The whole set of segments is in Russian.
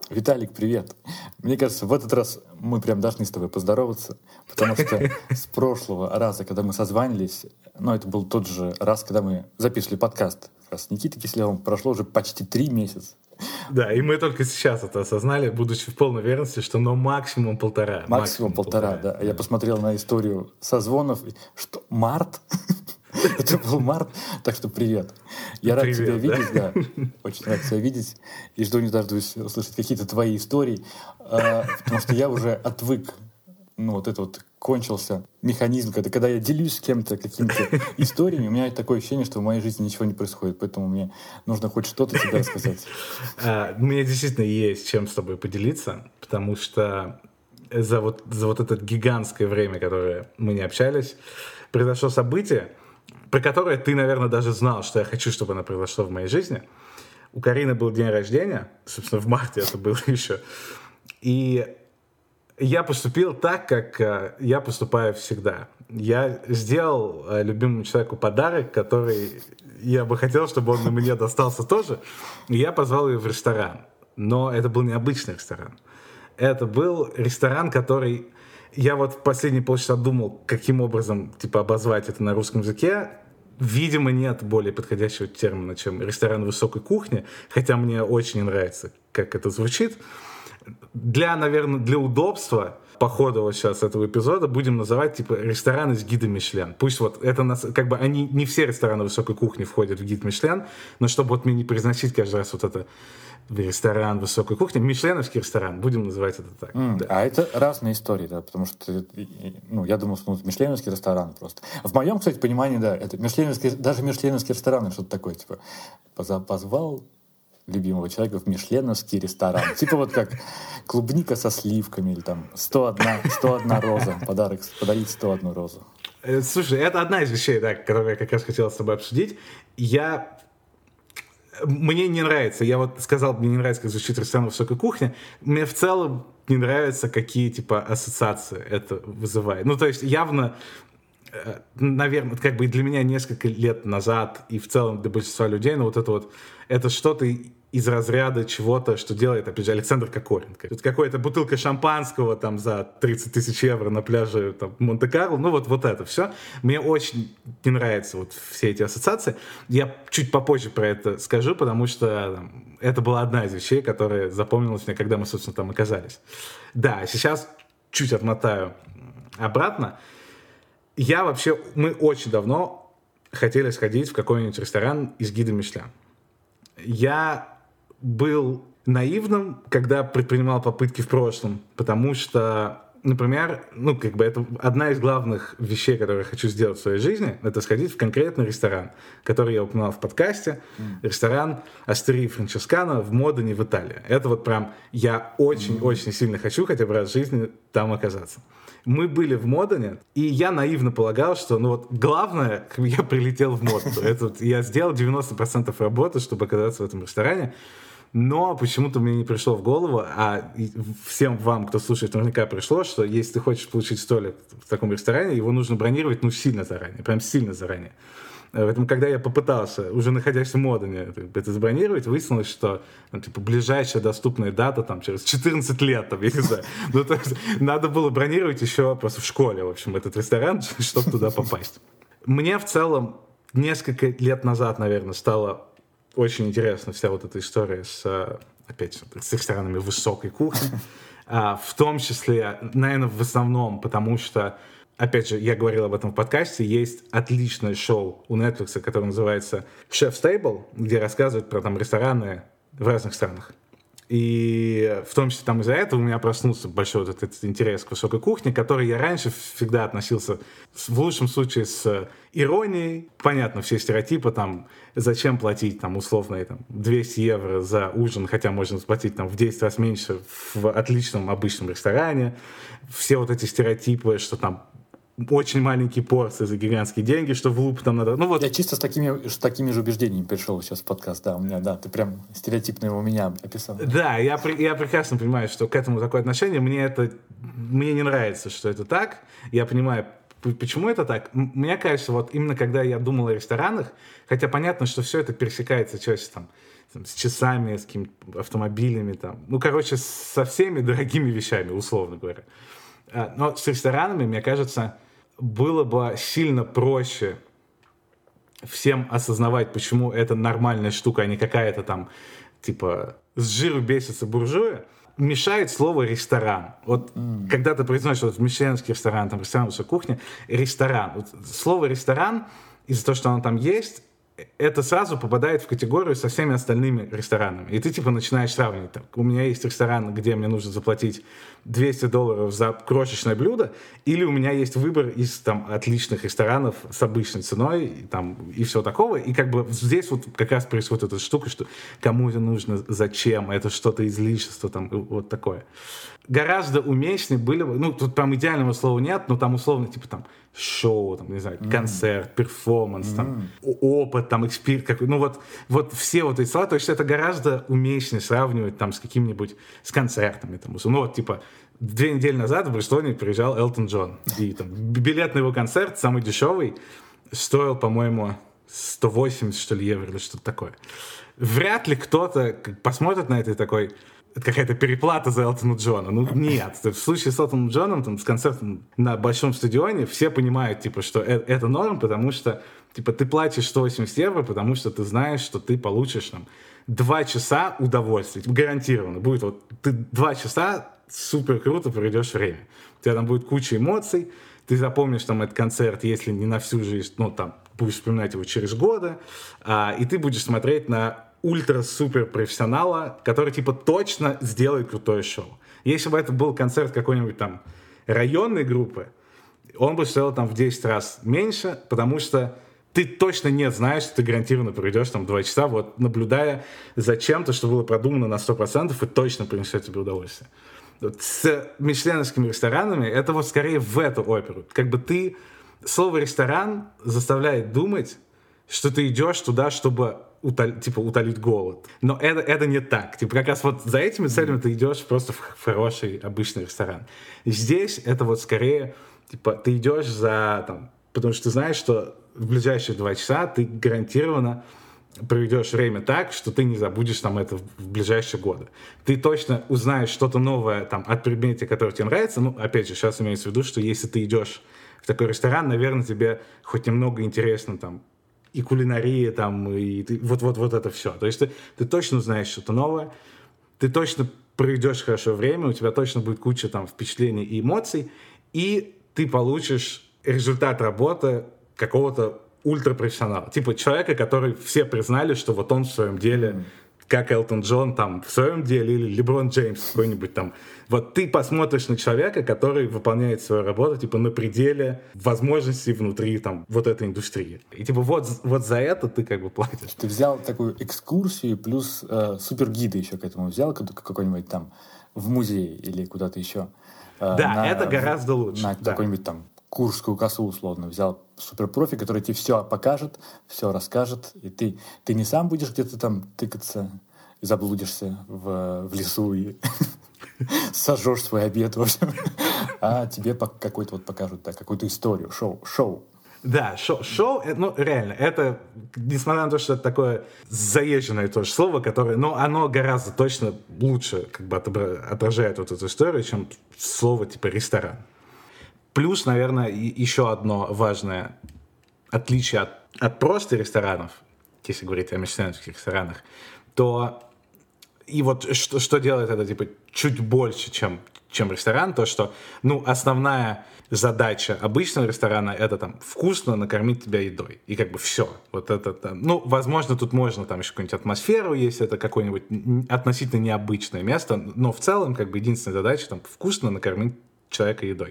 Виталик, привет. Мне кажется, в этот раз мы прям должны с тобой поздороваться, потому что с прошлого раза, когда мы созванивались, это был тот же раз, когда мы записывали подкаст с Никитой Киселевым, прошло уже почти 3 месяца. Да, и мы только сейчас это осознали, будучи в полной уверенности, что максимум полтора. Максимум полтора, да. Я посмотрел на историю созвонов, что март? Это был март, так что привет. Я рад тебя видеть, да. Очень рад тебя видеть. И жду не дождусь услышать какие-то твои истории, потому что я уже отвык. Кончился механизм, когда я делюсь с кем-то какими-то историями, у меня такое ощущение, что в моей жизни ничего не происходит, поэтому мне нужно хоть что-то тебе рассказать. У меня действительно есть чем с тобой поделиться, потому что за вот это гигантское время, которое мы не общались, произошло событие, про которое ты, наверное, даже знал, что я хочу, чтобы оно произошло в моей жизни. У Карины был день рождения, собственно, в марте это было еще, и я поступил так, как я поступаю всегда. Я сделал любимому человеку подарок, который я бы хотел, чтобы он мне достался тоже. И я позвал ее в ресторан. Но это был не обычный ресторан. Это был ресторан, который... Я в последние полчаса думал, каким образом обозвать это на русском языке. Видимо, нет более подходящего термина, чем ресторан высокой кухни. Хотя мне очень нравится, как это звучит. Наверное, для удобства похода сейчас этого эпизода будем называть рестораны с гидом Мишлен. Пусть они не все рестораны высокой кухни входят в гид Мишлен, но чтобы мне не произносить каждый раз это ресторан высокой кухни, мишленовский ресторан, будем называть это так. Да. А это разные истории, да, потому что, я думал, что мишленовский ресторан просто. В моем, кстати, понимании, да, это даже мишленовский ресторан, что-то такое, позвал любимого человека в мишленовский ресторан. Как клубника со сливками или 101 роза. Подарить 101 розу. Слушай, это одна из вещей, да, которую я как раз хотел с тобой обсудить. Мне не нравится, я сказал, мне не нравится, как звучит ресторан высокой кухни. Мне в целом не нравится, какие ассоциации это вызывает. То есть явно, наверное, и для меня несколько лет назад, и в целом для большинства людей, это что-то из разряда чего-то, что делает, опять же, Александр Кокоренко. Тут какая-то бутылка шампанского за 30 тысяч евро на пляже Монте-Карло. Вот это все. Мне очень не нравятся все эти ассоциации. Я чуть попозже про это скажу, потому что это была одна из вещей, которая запомнилась мне, когда мы, собственно, там оказались. Да, сейчас чуть отмотаю обратно. Мы очень давно хотели сходить в какой-нибудь ресторан из гида Мишлен. Я был наивным, когда предпринимал попытки в прошлом, потому что, например, это одна из главных вещей, которые я хочу сделать в своей жизни, это сходить в конкретный ресторан, который я упоминал в подкасте, ресторан Остерии Франческано в Модене в Италии. Это прям я очень-очень сильно хочу хотя бы раз в жизни там оказаться. Мы были в Модене, и я наивно полагал, что главное, я прилетел в Модену. Я сделал 90% работы, чтобы оказаться в этом ресторане, но почему-то мне не пришло в голову, а всем вам, кто слушает, наверняка пришло, что если ты хочешь получить столик в таком ресторане, его нужно бронировать сильно заранее, прям сильно заранее. Поэтому, когда я попытался, уже находясь в Модене, это забронировать, выяснилось, что ближайшая доступная дата через 14 лет, я не знаю. То есть надо было бронировать еще просто в школе, в общем, этот ресторан, чтобы туда попасть. Мне в целом несколько лет назад, наверное, стало очень интересна вся эта история с ресторанами высокой кухни. В том числе, наверное, в основном, потому что, опять же, я говорил об этом в подкасте, есть отличное шоу у Netflix, которое называется Chef's Table, где рассказывают про рестораны в разных странах. И в том числе из-за этого у меня проснулся большой этот интерес к высокой кухне, к которой я раньше всегда относился, в лучшем случае, с иронией. Понятно, все стереотипы, зачем платить, условно, 200 евро за ужин, хотя можно заплатить в 10 раз меньше в отличном обычном ресторане. Все эти стереотипы, что очень маленькие порции за гигантские деньги, что в луп надо... Я чисто с такими же убеждениями пришел сейчас в подкаст, да, у меня, да, ты прям стереотипно его у меня описал. Да, я прекрасно понимаю, что к этому такое отношение, мне не нравится, что это так, я понимаю, почему это так. Мне кажется, именно когда я думал о ресторанах, хотя понятно, что все это пересекается через там, с часами, с какими-то автомобилями, там. Ну, короче, со всеми дорогими вещами, условно говоря. Но с ресторанами, мне кажется, было бы сильно проще всем осознавать, почему это нормальная штука, а не какая-то там, типа, с жиру бесится буржуя. Мешает слово «ресторан». Вот когда ты произносишь вот мишленовский ресторан, там, ресторан высокой кухни, ресторан. Вот слово «ресторан», из-за того, что оно там есть, это сразу попадает в категорию со всеми остальными ресторанами. И ты, типа, начинаешь сравнивать. Так, у меня есть ресторан, где мне нужно заплатить $200 за крошечное блюдо, или у меня есть выбор из, там, отличных ресторанов с обычной ценой, и, там, и всего такого. И как бы здесь вот как раз происходит эта штука, что кому это нужно, зачем, это что-то излишество, там, вот такое. Гораздо уместнее были бы, ну, тут там идеального слова нет, но там условно, типа, там, шоу, там, не знаю, концерт, перформанс, там, опыт, там, эксперт, какой, ну, вот все вот эти слова, то есть это гораздо уместнее сравнивать, там, с каким-нибудь, с концертами, там, ну, вот, типа, 2 недели назад в Бристоне приезжал Элтон Джон, и, там, билет на его концерт, самый дешевый, стоил, по-моему, 180, что ли, евро или что-то такое. Вряд ли кто-то посмотрит на это и такой... Это какая-то переплата за Элтона Джона. Ну, нет. В случае с Элтоном Джоном, там, с концертом на большом стадионе, все понимают, типа, что это норм, потому что, типа, ты платишь 180 евро, потому что ты знаешь, что ты получишь, там, 2 часа удовольствия. Типа, гарантированно. Будет вот, ты 2 часа супер круто проведешь время. У тебя там будет куча эмоций, ты запомнишь, там, этот концерт, если не на всю жизнь, ну, там, будешь вспоминать его через годы, и ты будешь смотреть на ультра-супер профессионала, который, типа, точно сделает крутое шоу. Если бы это был концерт какой-нибудь там районной группы, он бы стоил там в 10 раз меньше, потому что ты точно не знаешь, что ты гарантированно проведешь там 2 часа, вот, наблюдая за чем-то, что было продумано на 100% и точно принесет тебе удовольствие. Вот с мишленовскими ресторанами это вот скорее в эту оперу. Как бы ты... Слово «ресторан» заставляет думать, что ты идешь туда, чтобы утолить голод. Но это не так. Типа, как раз вот за этими целями ты идешь просто в хороший обычный ресторан. Здесь это вот скорее, типа, ты идешь за, там, потому что ты знаешь, что в ближайшие 2 часа ты гарантированно проведешь время так, что ты не забудешь там это в ближайшие годы. Ты точно узнаешь что-то новое там от предмета, который тебе нравится. Ну, опять же, сейчас имеется в виду, что если ты идешь в такой ресторан, наверное, тебе хоть немного интересно там и кулинария, там, и вот это все. То есть ты точно узнаешь что-то новое, ты точно проведешь хорошо время, у тебя точно будет куча там впечатлений и эмоций, и ты получишь результат работы какого-то ультрапрофессионала. Типа человека, который все признали, что вот он в своем деле, как Элтон Джон там в своем деле, или Леброн Джеймс какой-нибудь там. Вот ты посмотришь на человека, который выполняет свою работу типа на пределе возможностей внутри там вот этой индустрии. И типа вот за это ты как бы платишь. Ты взял такую экскурсию плюс супергида еще к этому взял, какой-нибудь там в музей или куда-то еще. Да, это гораздо лучше. На какой-нибудь там Куршскую косу условно взял суперпрофи, который тебе все покажет, все расскажет, и ты не сам будешь где-то там тыкаться и заблудишься в лесу и сожжешь свой обед, в общем, а тебе какой-то вот покажут, да, какую-то историю, шоу. Да, шоу, ну, реально, это, несмотря на то, что это такое заезженное тоже слово, которое, ну, оно гораздо точно лучше как бы отражает вот эту историю, чем слово типа ресторан. Плюс, наверное, еще одно важное отличие от просто ресторанов, если говорить о мишленовских ресторанах, то и вот что делает это типа чуть больше, чем ресторан, то что, ну, основная задача обычного ресторана — это там вкусно накормить тебя едой. И как бы все. Вот это там, ну, возможно, тут можно там еще какую-нибудь атмосферу, если это какое-нибудь относительно необычное место, но в целом как бы единственная задача там вкусно накормить человека едой.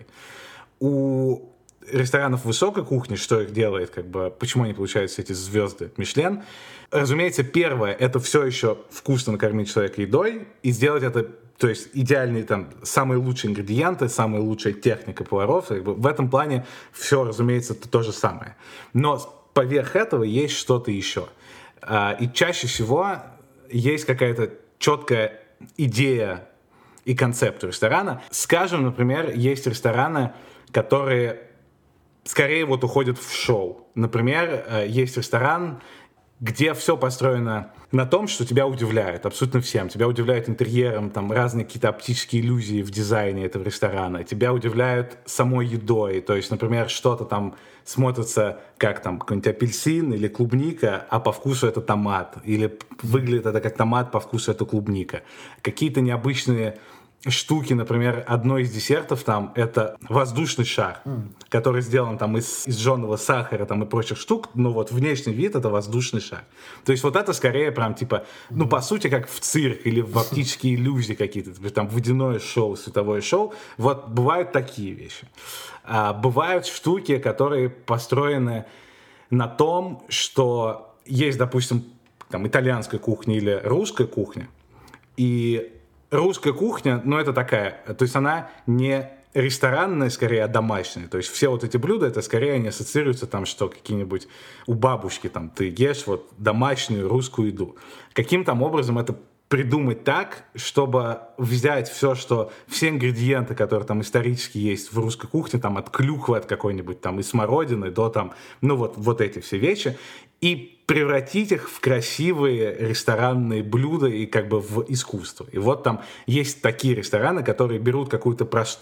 У ресторанов высокой кухни, что их делает, как бы, почему они получают все эти звезды Мишлен? Разумеется, первое, это все еще вкусно накормить человека едой и сделать это, то есть идеальные там, самые лучшие ингредиенты, самая лучшая техника поваров. Как бы, в этом плане все, разумеется, это то же самое. Но поверх этого есть что-то еще. И чаще всего есть какая-то четкая идея и концепт у ресторана. Скажем, например, есть рестораны, которые скорее вот уходят в шоу. Например, есть ресторан, где все построено на том, что тебя удивляет абсолютно всем. Тебя удивляет интерьером, там разные какие-то оптические иллюзии в дизайне этого ресторана. Тебя удивляют самой едой. То есть, например, что-то там смотрится как там какой-нибудь апельсин или клубника, а по вкусу это томат. Или выглядит это как томат, по вкусу это клубника. Какие-то необычные штуки, например, одно из десертов там это воздушный шар, который сделан там из жженого сахара там и прочих штук, но вот внешний вид это воздушный шар. То есть вот это скорее прям типа, ну по сути как в цирк или в оптические иллюзии какие-то, там водяное шоу, световое шоу. Вот бывают такие вещи. А бывают штуки, которые построены на том, что есть, допустим, там итальянская кухня или русская кухня, и русская кухня, ну, это такая, то есть она не ресторанная, скорее, а домашняя. То есть все вот эти блюда, это скорее они ассоциируются там, что какие-нибудь у бабушки там ты ешь вот домашнюю русскую еду. Каким там образом это придумать так, чтобы взять все ингредиенты, которые там исторически есть в русской кухне, там от клюквы от какой-нибудь там и смородины до там, ну вот эти все вещи, и превратить их в красивые ресторанные блюда и как бы в искусство. И вот там есть такие рестораны, которые берут какие-то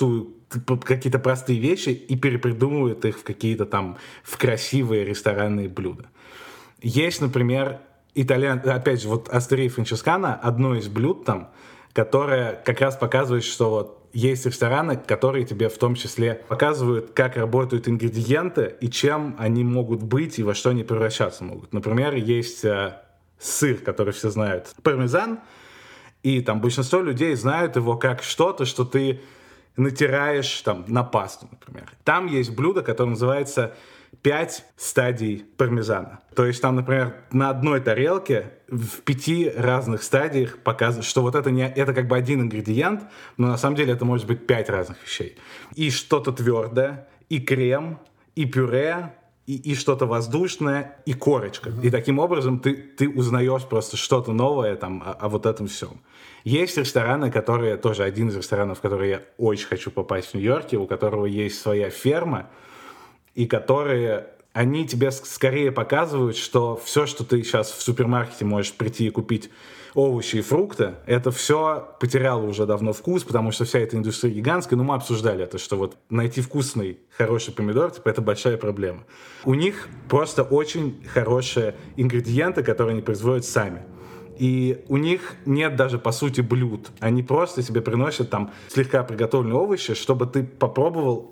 простые вещи и перепридумывают их в какие-то там в красивые ресторанные блюда. Есть, например, опять же, вот Астерия Франческана, одно из блюд там, которое как раз показывает, что вот есть рестораны, которые тебе в том числе показывают, как работают ингредиенты и чем они могут быть и во что они превращаться могут. Например, есть сыр, который все знают, пармезан, и там большинство людей знают его как что-то, что ты натираешь там на пасту, например. Там есть блюдо, которое называется 5 стадий пармезана. То есть там, например, на одной тарелке в 5 разных стадиях показано, что вот это как бы один ингредиент, но на самом деле это может быть 5 разных вещей. И что-то твердое, и крем, и пюре, и что-то воздушное, и корочка. И таким образом ты узнаешь просто что-то новое там, о вот этом всем. Есть рестораны, которые, тоже один из ресторанов, в который я очень хочу попасть в Нью-Йорке, у которого есть своя ферма, и которые, они тебе скорее показывают, что все, что ты сейчас в супермаркете можешь прийти и купить овощи и фрукты, это все потеряло уже давно вкус, потому что вся эта индустрия гигантская, но мы обсуждали это, что вот найти вкусный, хороший помидор, типа, это большая проблема. У них просто очень хорошие ингредиенты, которые они производят сами. И у них нет даже, по сути, блюд. Они просто тебе приносят там слегка приготовленные овощи, чтобы ты попробовал,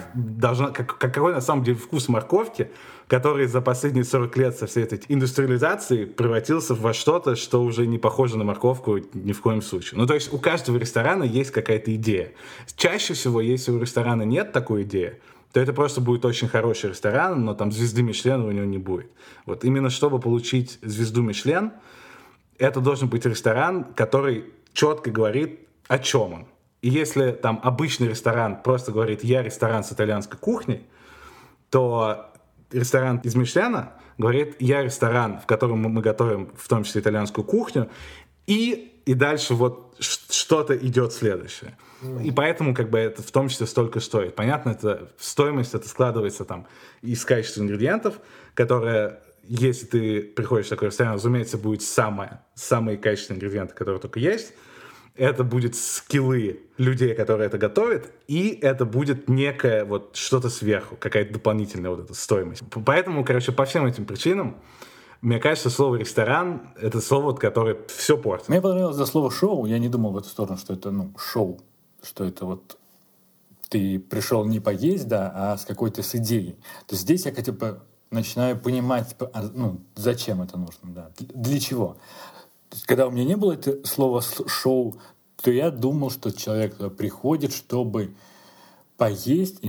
какой на самом деле вкус морковки, который за последние 40 лет со всей этой индустриализацией превратился во что-то, что уже не похоже на морковку ни в коем случае. Ну, то есть у каждого ресторана есть какая-то идея. Чаще всего, если у ресторана нет такой идеи, то это просто будет очень хороший ресторан, но там звезды Мишлен у него не будет. Вот именно чтобы получить звезду Мишлен, это должен быть ресторан, который четко говорит, о чем он. И если там обычный ресторан просто говорит «я ресторан с итальянской кухней», то ресторан из Мишлена говорит «я ресторан, в котором мы готовим в том числе итальянскую кухню», и дальше вот что-то идет следующее. И поэтому как бы это в том числе столько стоит. Понятно, стоимость это складывается там из качества ингредиентов, которые... Если ты приходишь в такой ресторан, разумеется, будет самые качественные ингредиенты, которые только есть. Это будет скиллы людей, которые это готовят, и это будет некое вот что-то сверху, какая-то дополнительная вот эта стоимость. Поэтому, короче, по всем этим причинам, мне кажется, слово «ресторан» — это слово, которое все портит. Мне понравилось за слово «шоу». Я не думал в эту сторону, что это шоу, что это вот ты пришел не поесть, да, а с какой-то с идеей. То есть здесь я хотя бы начинаю понимать, зачем это нужно, да, для чего. То есть, когда у меня не было это слова «шоу», то я думал, что человек туда приходит, чтобы поесть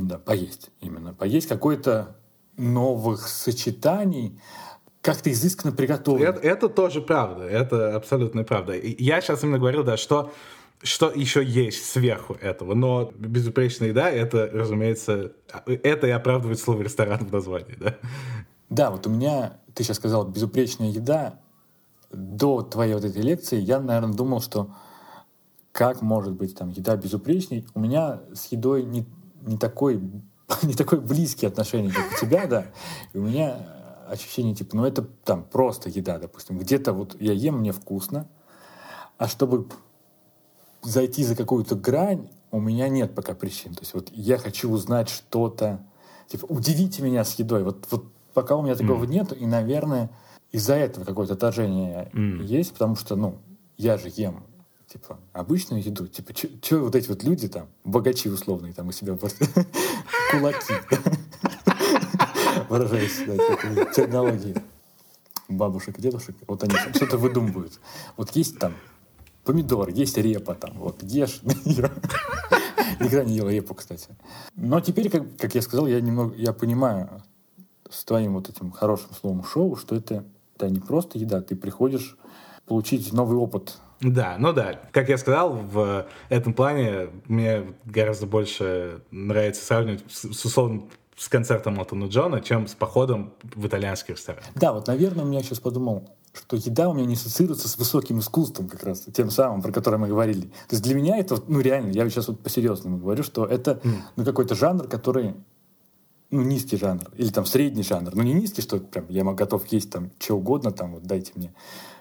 какое-то новых сочетаний, как-то изысканно приготовлено. Это тоже правда, это абсолютно правда. Я сейчас именно говорил, да, что еще есть сверху этого. Но безупречная еда, это, разумеется, это и оправдывает слово «ресторан» в названии, да? Да, вот у меня, ты сейчас сказал, безупречная еда. До твоей вот этой лекции я, наверное, думал, что как может быть там еда безупречной. У меня с едой не такой близкие отношения, как у тебя, да. И у меня ощущение, типа, ну, это там просто еда, допустим. Где-то вот я ем, мне вкусно, а чтобы зайти за какую-то грань, у меня нет пока причин. То есть вот я хочу узнать что-то, типа, удивите меня с едой. Вот пока у меня такого нет, и, наверное, из-за этого какое-то отторжение есть, потому что, ну, я же ем, типа, обычную еду. Типа, что вот эти вот люди там, богачи условные, там, у себя кулаки, выражаясь, в терминологии бабушек и дедушек, вот они что-то выдумывают. Вот есть там помидор, есть репа там, вот ешь. Никогда не ел репу, кстати. Но теперь, как я сказал, я понимаю с твоим вот этим хорошим словом шоу, что это не просто еда, ты приходишь получить новый опыт. Да, ну да. Как я сказал, в этом плане мне гораздо больше нравится сравнивать условно с концертом Элтона Джона, чем с походом в итальянский ресторан. Да, вот, наверное, у меня сейчас подумал, что еда у меня не ассоциируется с высоким искусством как раз, тем самым, про которое мы говорили. То есть для меня это, ну реально, я сейчас вот по-серьезному говорю, что это ну, какой-то жанр, который, ну, низкий жанр, или там средний жанр. Ну, не низкий, что прям я готов есть там что угодно, там вот дайте мне,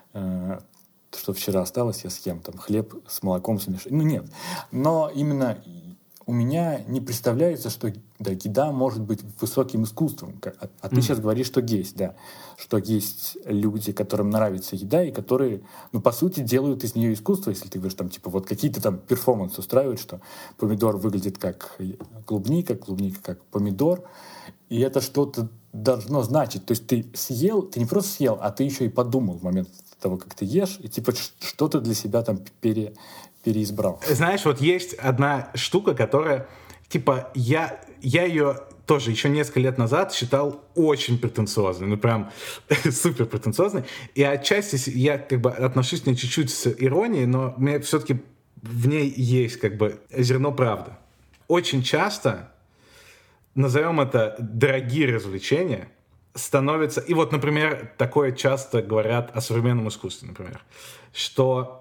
что вчера осталось, я съем там хлеб с молоком смешать. Ну, нет. Но именно у меня не представляется, что да, еда может быть высоким искусством. А ты сейчас говоришь, что есть, да. Что есть люди, которым нравится еда, и которые, ну, по сути, делают из нее искусство, если ты говоришь, там, типа, вот какие-то там перформансы устраивают, что помидор выглядит как клубника как помидор, и это что-то должно значить. То есть ты съел, ты не просто съел, а ты еще и подумал в момент того, как ты ешь, и типа что-то для себя там переизбрал. Знаешь, вот есть одна штука, которая, типа, я ее тоже еще несколько лет назад считал очень претенциозной, ну прям супер претенциозной, и отчасти я как бы отношусь к ней чуть-чуть с иронией, но у меня все-таки в ней есть как бы зерно правды. Очень часто, назовем это дорогие развлечения, становятся... И вот, например, такое часто говорят о современном искусстве, например, что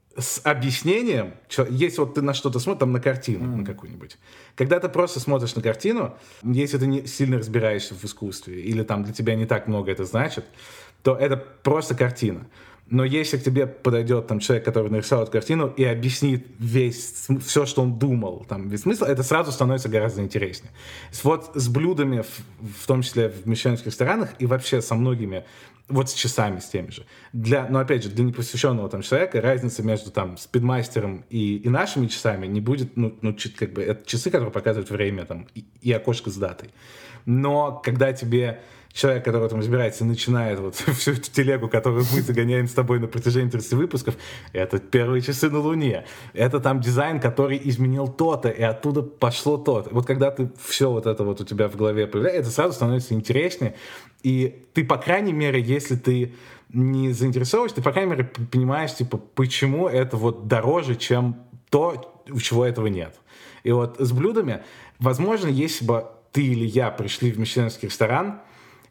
с объяснением, если вот ты на что-то смотришь, там на картину на какую-нибудь, когда ты просто смотришь на картину, если ты не сильно разбираешься в искусстве, или там для тебя не так много это значит, то это просто картина. Но если к тебе подойдет там человек, который нарисовал эту картину, и объяснит все, что он думал, там, весь смысл, это сразу становится гораздо интереснее. Вот с блюдами, в том числе в мишленовских ресторанах, и вообще со многими, вот с часами, с теми же. Но опять же, для непосвященного там человека разница между там спидмастером и нашими часами не будет, как бы, это часы, которые показывают время там, и окошко с датой. Но когда тебе человек, который там разбирается, начинает вот всю эту телегу, которую мы загоняем с тобой на протяжении 30 выпусков, это первые часы на Луне, это там дизайн, который изменил то-то, и оттуда пошло то-то. Вот когда ты все вот это вот у тебя в голове появляется, это сразу становится интереснее, и ты, по крайней мере, если ты не заинтересовываешься, ты, по крайней мере, понимаешь, типа, почему это вот дороже, чем то, у чего этого нет. И вот с блюдами, возможно, если бы ты или я пришли в мишленовский ресторан,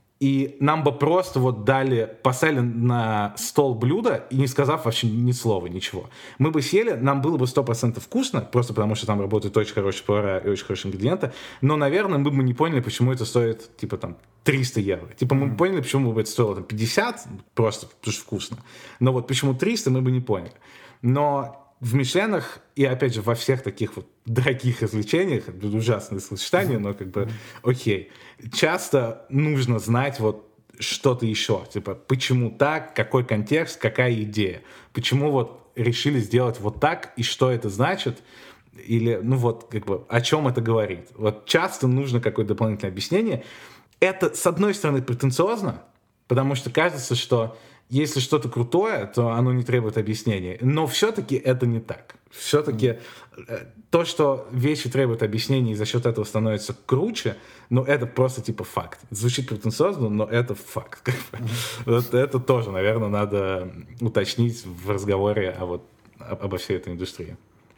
и нам бы просто вот поставили на стол блюдо, и не сказав вообще ни слова, ничего. Мы бы съели, нам было бы 100% вкусно, просто потому что там работают очень хорошие повара и очень хорошие ингредиенты, но, наверное, мы бы не поняли, почему это стоит, типа, там, 300 евро. Типа, мы бы поняли, почему бы это стоило там 50, просто потому что вкусно. Но вот почему 300, мы бы не поняли. Но в Мишленах и, опять же, во всех таких вот дорогих развлечениях, ужасное сочетание, но как бы окей, часто нужно знать вот что-то еще. Типа, почему так, какой контекст, какая идея. Почему вот решили сделать вот так, и что это значит, или, ну вот, как бы, о чем это говорит. Вот часто нужно какое-то дополнительное объяснение. Это, с одной стороны, претенциозно, потому что кажется, что если что-то крутое, то оно не требует объяснения. Но все-таки это не так. Все-таки то, что вещи требуют объяснений и за счет этого становятся круче, ну, это просто типа факт. Звучит претенциозно, но это факт. Вот это тоже, наверное, надо уточнить в разговоре обо всей этой индустрии.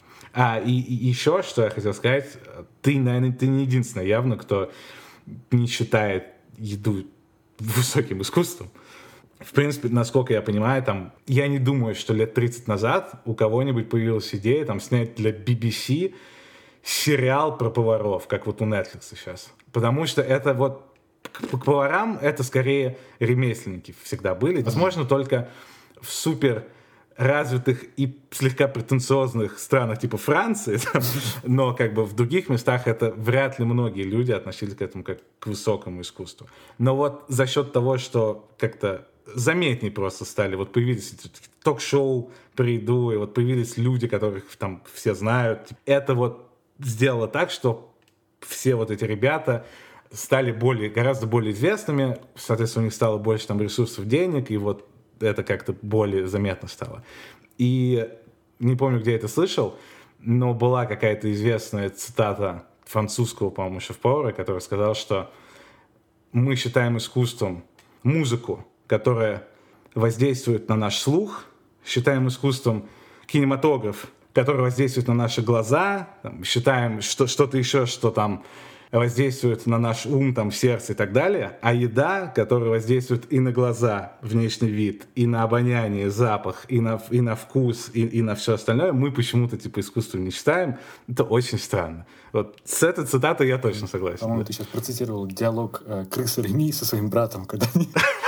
И еще, что я хотел сказать, ты, наверное, ты не единственный явно, кто не считает еду высоким искусством. В принципе, насколько я понимаю, там, я не думаю, что лет 30 назад у кого-нибудь появилась идея там, снять для BBC сериал про поваров, как вот у Netflix сейчас. Потому что это вот к поварам это скорее ремесленники всегда были. Возможно, только в супер развитых и слегка претенциозных странах типа Франции, но как бы в других местах это вряд ли многие люди относились к этому как к высокому искусству. Но вот за счет того, что как-то заметнее просто стали, вот появились ток-шоу при еду, и вот появились люди, которых там все знают, это вот сделало так, что все вот эти ребята стали гораздо более известными, соответственно, у них стало больше там ресурсов, денег, и вот это как-то более заметно стало. И не помню, где я это слышал, но была какая-то известная цитата французского, по-моему, шеф-повара, который сказал, что мы считаем искусством музыку, которая воздействует на наш слух, считаем искусством кинематограф, который воздействует на наши глаза, считаем что-то еще, что там воздействует на наш ум, там, сердце и так далее, а еда, которая воздействует и на глаза, внешний вид, и на обоняние, запах, и на вкус, и на все остальное, мы почему-то типа искусством не считаем. Это очень странно. Вот с этой цитатой я точно согласен. По-моему, ты сейчас процитировал диалог крысы Реми со своим братом, когда они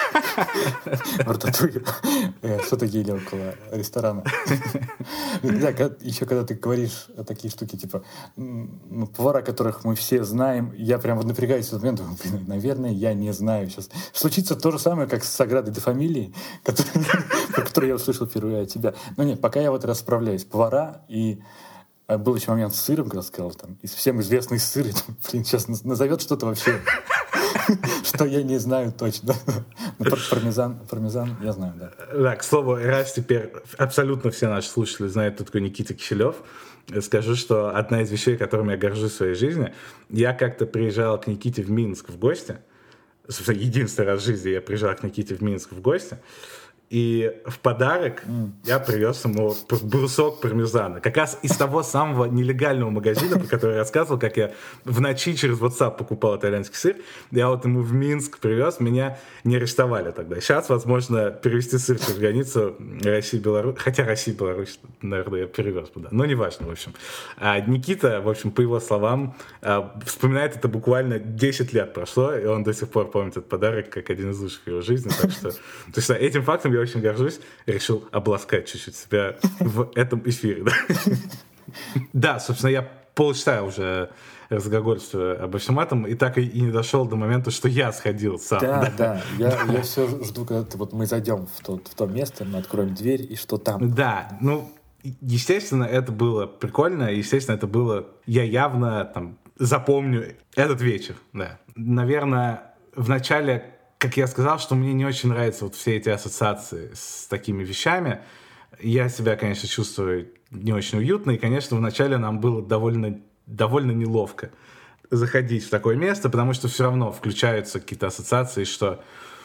в Рататуе что-то ели около ресторана. Да, еще когда ты говоришь такие штуки, типа, повара, которых мы все знаем, я прям вот напрягаюсь в этот момент, думаю, блин, наверное, я не знаю сейчас. Случится то же самое, как с Саградой де Фамилией, про которую я услышал впервые от тебя. Но нет, пока я вот расправляюсь. Повара и... Был еще момент с сыром, когда сказал, там, всем известный сыр, блин, сейчас назовет что-то вообще, что я не знаю точно. Пармезан я знаю, да. Да, к слову, раз теперь абсолютно все наши слушатели знают, кто такой Никита Киселев, скажу, что одна из вещей, которыми я горжусь в своей жизни, я как-то приезжал к Никите в Минск в гости, собственно, единственный раз в жизни я приезжал к Никите в Минск в гости, и в подарок я привез ему брусок пармезана. Как раз из того самого нелегального магазина, про который я рассказывал, как я в ночи через WhatsApp покупал итальянский сыр. Я вот ему в Минск привез, меня не арестовали тогда. Сейчас, возможно, перевести сыр через границу Россия-Беларусь. Хотя Россия-Беларусь, наверное, я перевез бы, да. Но неважно, в общем. А Никита, в общем, по его словам, вспоминает это буквально 10 лет прошло, и он до сих пор помнит этот подарок как один из лучших в его жизни. Так что, то есть, этим фактом я очень горжусь, решил обласкать чуть-чуть себя в этом эфире. Да, собственно, я полчаса уже разглагольствую обо всем этом, и так и не дошел до момента, что я сходил сам. Да. Я все жду, когда мы зайдем в то место, мы откроем дверь, и что там. Да, естественно, это было прикольно, естественно, это было... Я явно там запомню этот вечер, да. Наверное, в начале... Как я сказал, что мне не очень нравятся вот все эти ассоциации с такими вещами. Я себя, конечно, чувствую не очень уютно. И, конечно, вначале нам было довольно неловко заходить в такое место, потому что все равно включаются какие-то ассоциации, что,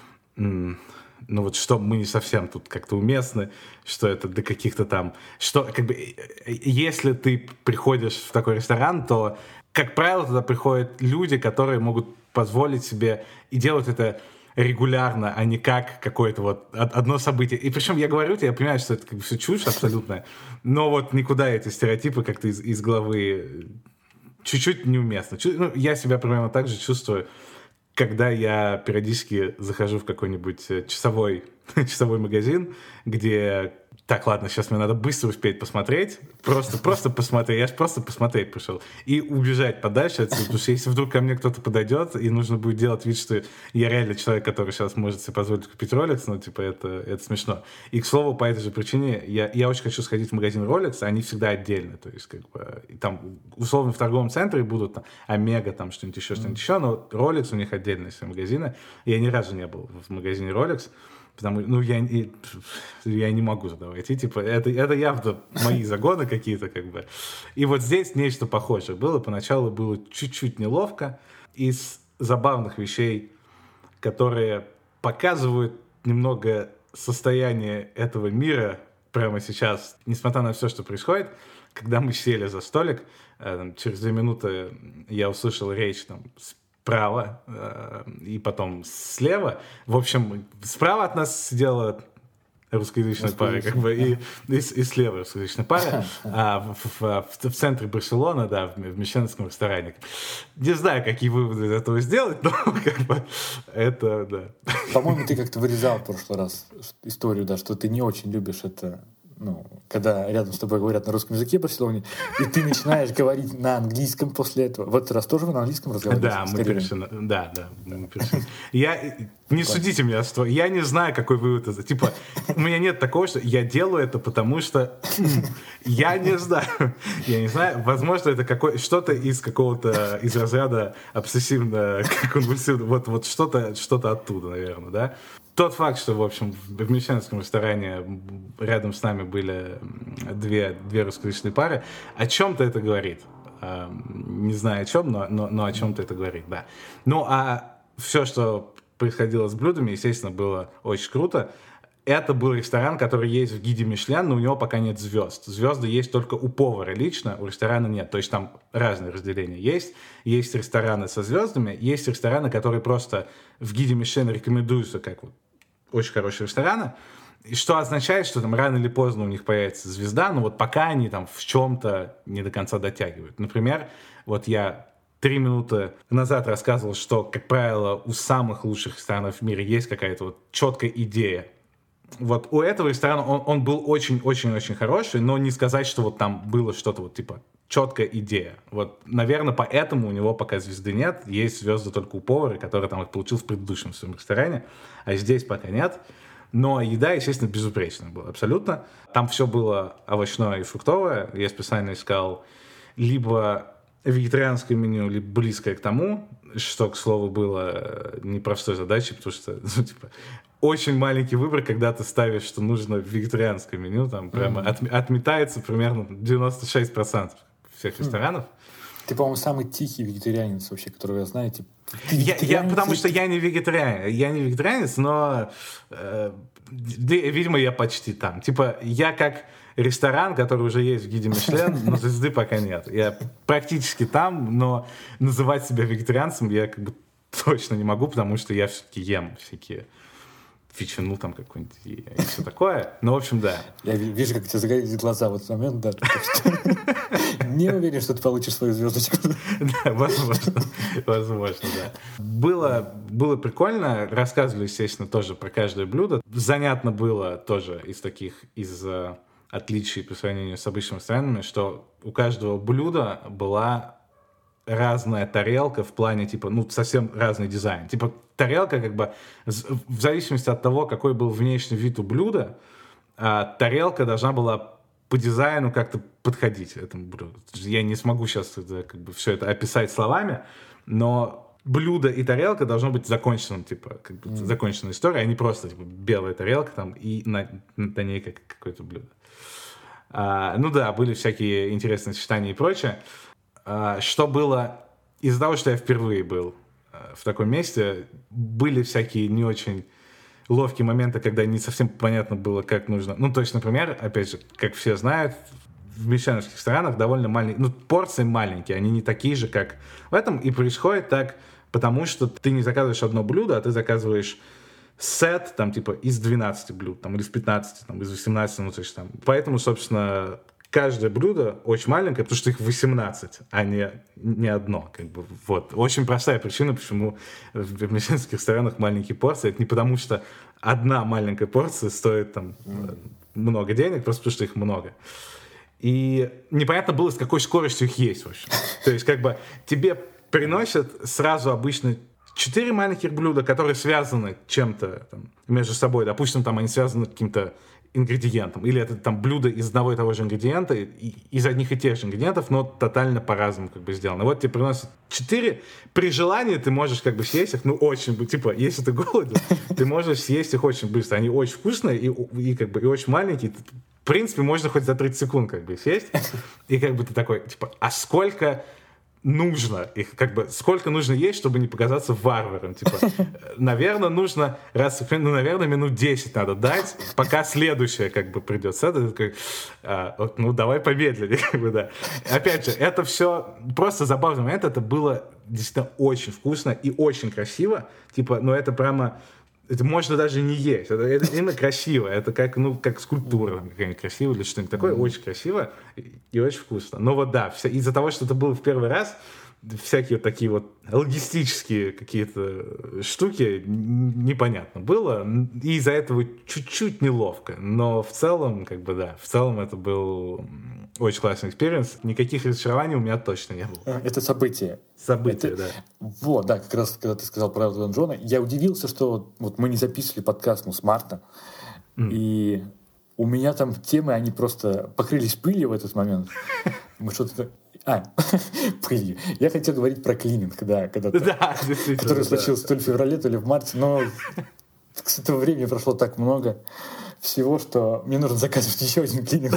что мы не совсем тут как-то уместны, что это до каких-то там... Что, как бы, если ты приходишь в такой ресторан, то, как правило, туда приходят люди, которые могут позволить себе и делать это регулярно, а не как какое-то вот одно событие. И причем я говорю тебе, я понимаю, что это как бы все чушь абсолютная, но вот никуда эти стереотипы как-то из головы чуть-чуть неуместно. Я себя примерно так же чувствую, когда я периодически захожу в какой-нибудь часовой магазин, где... Так, ладно, сейчас мне надо быстро успеть посмотреть. Просто посмотреть. Я же просто посмотреть пришел. И убежать подальше отсюда. Потому что если вдруг ко мне кто-то подойдет, и нужно будет делать вид, что я реально человек, который сейчас может себе позволить купить Rolex, это смешно. И, к слову, по этой же причине я очень хочу сходить в магазин Rolex, они всегда отдельно. То есть, как бы, там, условно, в торговом центре будут там Омега, там, что-нибудь еще, но Rolex у них отдельные все магазины. Я ни разу не был в магазине Rolex. Потому я не могу туда войти. Типа, это явно мои загоны какие-то, как бы. И вот здесь нечто похожее было. Поначалу было чуть-чуть неловко. Из забавных вещей, которые показывают немного состояние этого мира прямо сейчас, несмотря на все, что происходит, когда мы сели за столик, через 2 минуты я услышал речь справа и потом слева. В общем, справа от нас сидела русскоязычной пары, как бы, и слева русскоязычной пары, в центре Барселоны, да, в мишленовском ресторане. Не знаю, какие выводы из этого сделать, но как бы это, да. По-моему, ты как-то вырезал в прошлый раз историю, да, что ты не очень любишь это, ну, когда рядом с тобой говорят на русском языке в Барселоне, и ты начинаешь говорить на английском после этого. Вот раз тоже вы на английском разговариваете? Да, мы перешли. Не судите меня, что я не знаю, какой вывод это. Типа, у меня нет такого, что я делаю это, потому что я не знаю. Возможно, это что-то из какого-то, из разряда обсессивно-конвульсивно. Вот что-то оттуда, наверное, да. Тот факт, что, в общем, в мишленовском ресторане рядом с нами были две русскоязычные пары, о чем-то это говорит. Не знаю о чем, но о чем-то это говорит, да. Ну, а все, что происходило с блюдами, естественно, было очень круто. Это был ресторан, который есть в гиде Мишлен, но у него пока нет звезд. Звезды есть только у повара лично, у ресторана нет. То есть там разные разделения есть. Есть рестораны со звездами, есть рестораны, которые просто в гиде Мишлен рекомендуются как вот очень хорошие рестораны. И что означает, что там рано или поздно у них появится звезда, но вот пока они там в чем-то не до конца дотягивают. Например, вот я 3 минуты назад рассказывал, что, как правило, у самых лучших ресторанов в мире есть какая-то вот четкая идея. Вот у этого ресторана он был очень-очень-очень хороший, но не сказать, что вот там было что-то вот типа четкая идея. Вот, наверное, поэтому у него пока звезды нет. Есть звезды только у повара, который там их получил в предыдущем своем ресторане, а здесь пока нет. Но еда, естественно, безупречная была абсолютно. Там все было овощное и фруктовое. Я специально искал либо вегетарианское меню, либо близкое к тому, что, к слову, было непростой задачей, потому что, ну, типа, очень маленький выбор, когда ты ставишь, что нужно вегетарианское меню, там прямо отметается примерно 96% всех ресторанов. Ты, по-моему, самый тихий вегетарианец вообще, которого я знаю. Типа, потому что я не вегетарианец. Я не вегетарианец, но, видимо, я почти там. Типа, я как ресторан, который уже есть в гиде Мишлен, но звезды пока нет. Я практически там, но называть себя вегетарианцем я как бы точно не могу, потому что я все-таки ем всякие ветчину там какую-нибудь и все такое. Ну, в общем, да. Я вижу, как у тебя загорелись глаза в этот момент, да. Не уверен, что ты получишь свою звездочку. Да, возможно, да. Было прикольно. Рассказывали, естественно, тоже про каждое блюдо. Занятно было тоже из отличий по сравнению с обычными ресторанами, что у каждого блюда была разная тарелка в плане, типа, ну, совсем разный дизайн. Типа, тарелка, как бы, в зависимости от того, какой был внешний вид у блюда, тарелка должна была по дизайну как-то подходить этому блюду. Я не смогу сейчас как бы все это описать словами, но блюдо и тарелка должно быть законченным, типа, как бы законченная история, а не просто, типа, белая тарелка там и на ней какое-то блюдо. Ну да, были всякие интересные сочетания и прочее. Что было из-за того, что я впервые был в таком месте, были всякие не очень ловкие моменты, когда не совсем понятно было, как нужно. Ну, то есть, например, опять же, как все знают, в мишленовских ресторанах довольно маленькие, ну, порции маленькие, они не такие же, как в этом, и происходит так, потому что ты не заказываешь одно блюдо, а ты заказываешь сет, там, типа, из 12 блюд, там, или из 15, там, из 18, ну, то есть, там. Поэтому, собственно, каждое блюдо очень маленькое, потому что их 18, а не одно. Как бы, вот. Очень простая причина, почему в мишленовских ресторанах маленькие порции. Это не потому, что одна маленькая порция стоит там много денег, просто потому что их много. И непонятно было, с какой скоростью их есть, в общем. То есть, как бы, тебе приносят сразу обычно 4 маленьких блюда, которые связаны чем-то там между собой. Допустим, там они связаны каким-то ингредиентом. Или это там блюдо из одного и того же ингредиента, из одних и тех же ингредиентов, но тотально по-разному как бы сделано. Вот тебе приносят 4. При желании ты можешь как бы съесть их, ну, очень, типа, если ты голоден, ты можешь съесть их очень быстро. Они очень вкусные и как бы и очень маленькие. В принципе, можно хоть за 30 секунд как бы съесть. И как бы ты такой, типа, а сколько нужно их, как бы, сколько нужно есть, чтобы не показаться варваром, типа, наверное, нужно наверное, минут 10 надо дать, пока следующее, как бы, придет. Это такой, ну, давай помедленнее, как бы, да. Опять же, это все просто забавный момент, это было действительно очень вкусно и очень красиво, типа, ну, это прямо это можно даже не есть. Это именно красиво. Это как скульптура какая-нибудь красивая или что-нибудь такое. Очень красиво и очень вкусно. Но вот да, из-за того, что это было в первый раз, всякие вот такие вот логистические какие-то штуки непонятно было. И из-за этого чуть-чуть неловко. Но в целом, в целом это был очень классный экспириенс. Никаких разочарований у меня точно не было. Это событие. Да. Вот, да, как раз, когда ты сказал про Элтона Джона, я удивился, что вот мы не записывали подкаст с марта, и у меня там темы, они просто покрылись пылью в этот момент. Мы что-то... пылью. Я хотел говорить про клининг, который случился то ли в феврале, то ли в марте, но с этого времени прошло так много всего, что мне нужно заказывать еще один клининг.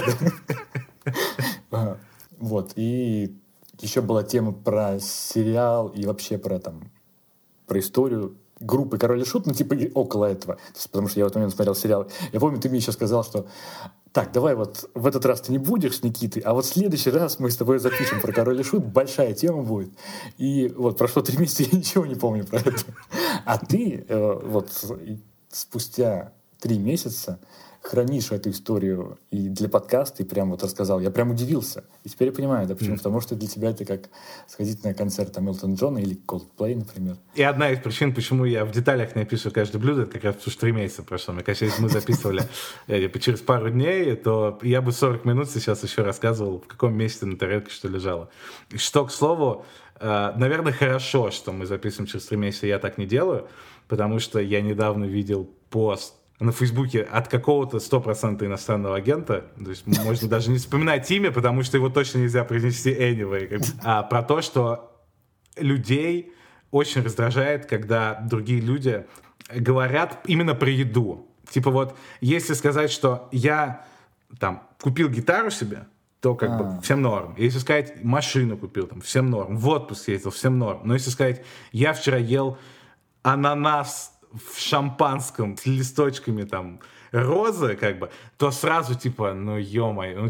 Вот, и еще была тема про сериал и вообще про историю группы «Король и Шут», около этого. Потому что я в этот момент смотрел сериал. Я помню, ты мне еще сказал, что так, давай вот в этот раз ты не будешь с Никитой, а вот в следующий раз мы с тобой запишем про «Король и Шут», большая тема будет. И вот прошло 3 месяца, я ничего не помню про это. А ты вот спустя 3 месяца хранишь эту историю и для подкаста, и прям вот рассказал. Я прям удивился. И теперь я понимаю, да, почему? Потому что для тебя это как сходить на концерт Элтона Джона или Coldplay, например. И одна из причин, почему я в деталях не описываю каждое блюдо, это как раз потому что 3 месяца прошло. Мне кажется, если мы записывали через пару дней, то я бы 40 минут сейчас еще рассказывал, в каком месте на тарелке что лежало. Что, к слову, наверное, хорошо, что мы записываем через 3 месяца, я так не делаю, потому что я недавно видел пост на Фейсбуке от какого-то 100% иностранного агента, то есть можно даже не вспоминать имя, потому что его точно нельзя произнести anyway, про то, что людей очень раздражает, когда другие люди говорят именно про еду. Типа вот, если сказать, что я купил гитару себе, то всем норм. Если сказать, машину купил, всем норм. В отпуск ездил, всем норм. Но если сказать, я вчера ел ананас в шампанском с листочками розы, то сразу ё-моё,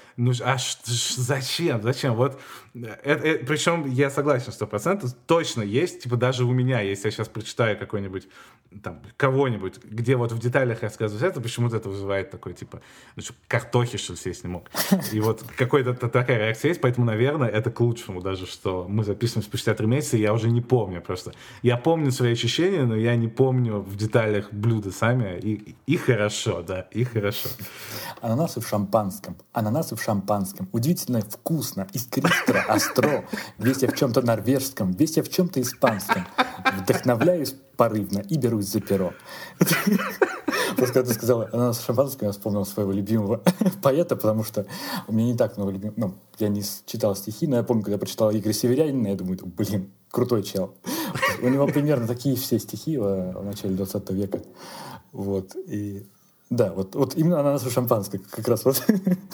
зачем? Вот, причем я согласен 100%, точно есть, даже у меня, если я сейчас прочитаю какой-нибудь, кого-нибудь, где вот в деталях рассказывать это, почему-то это вызывает такой, картохи, что ли, съесть не мог. И вот какая-то такая реакция есть, поэтому, наверное, это к лучшему даже, что мы записываем спустя 3 месяца, и я уже не помню просто. Я помню свои ощущения, но я не помню в деталях блюда сами, и хорошо, да, и хорошо. Ананасы в шампанском. Удивительно вкусно, искристо, остро. Весь я в чем-то норвежском, весь я в чем-то испанском. Вдохновляюсь порывно и берусь за перо. Просто когда ты сказала ананас в шампанском, я вспомнил своего любимого поэта, потому что у меня не так много любимых... я не читал стихи, но я помню, когда прочитал Игоря Северянина, я думаю, крутой чел. У него примерно такие все стихи в начале 20 века. Вот, и... Да, вот именно ананас в шампанском, как раз вот.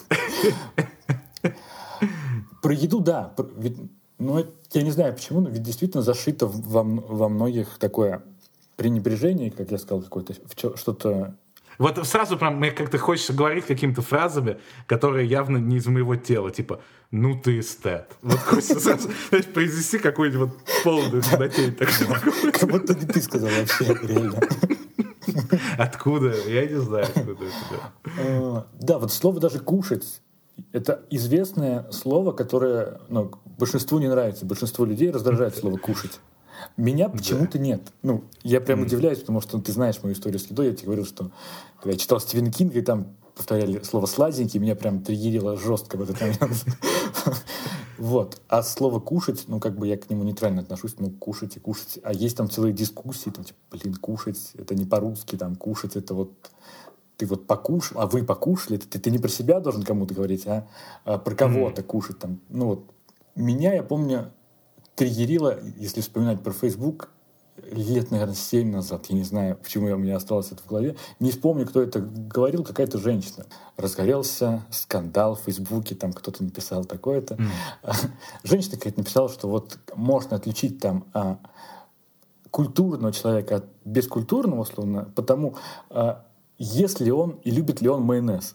Про еду, да. Я не знаю почему, но ведь действительно зашито во многих такое пренебрежение, как я сказал, какое-то что-то... Вот сразу прям мне как-то хочется говорить какими-то фразами, которые явно не из моего тела, типа «ну ты эстет». Вот хочется сразу произнести какую-нибудь полную фанатень. Как будто не ты сказал вообще, реально. Откуда? Я не знаю, откуда это. Да, вот слово даже «кушать» — это известное слово, которое большинству не нравится. Большинство людей раздражает слово «кушать». Меня почему-то нет. Я прям удивляюсь, потому что ты знаешь мою историю с едой. Я тебе говорил, что когда я читал Стивена Кинга, и там повторяли слово «сладенький», меня прям триггерило жестко в этот момент. Вот. А слово «кушать», я к нему нейтрально отношусь, кушать и кушать. А есть там целые дискуссии, кушать, это не по-русски, кушать, это вот ты вот покушал, а вы покушали, ты не про себя должен кому-то говорить, а про кого-то кушать. Меня, я помню, триггерило, если вспоминать про Facebook, лет, наверное, 7 назад, я не знаю, почему у меня осталось это в голове, не вспомню, кто это говорил, какая-то женщина. Разгорелся скандал в Фейсбуке, кто-то написал такое-то. Женщина какая-то написала, что вот можно отличить культурного человека от бескультурного, условно, потому если он и любит ли он майонез.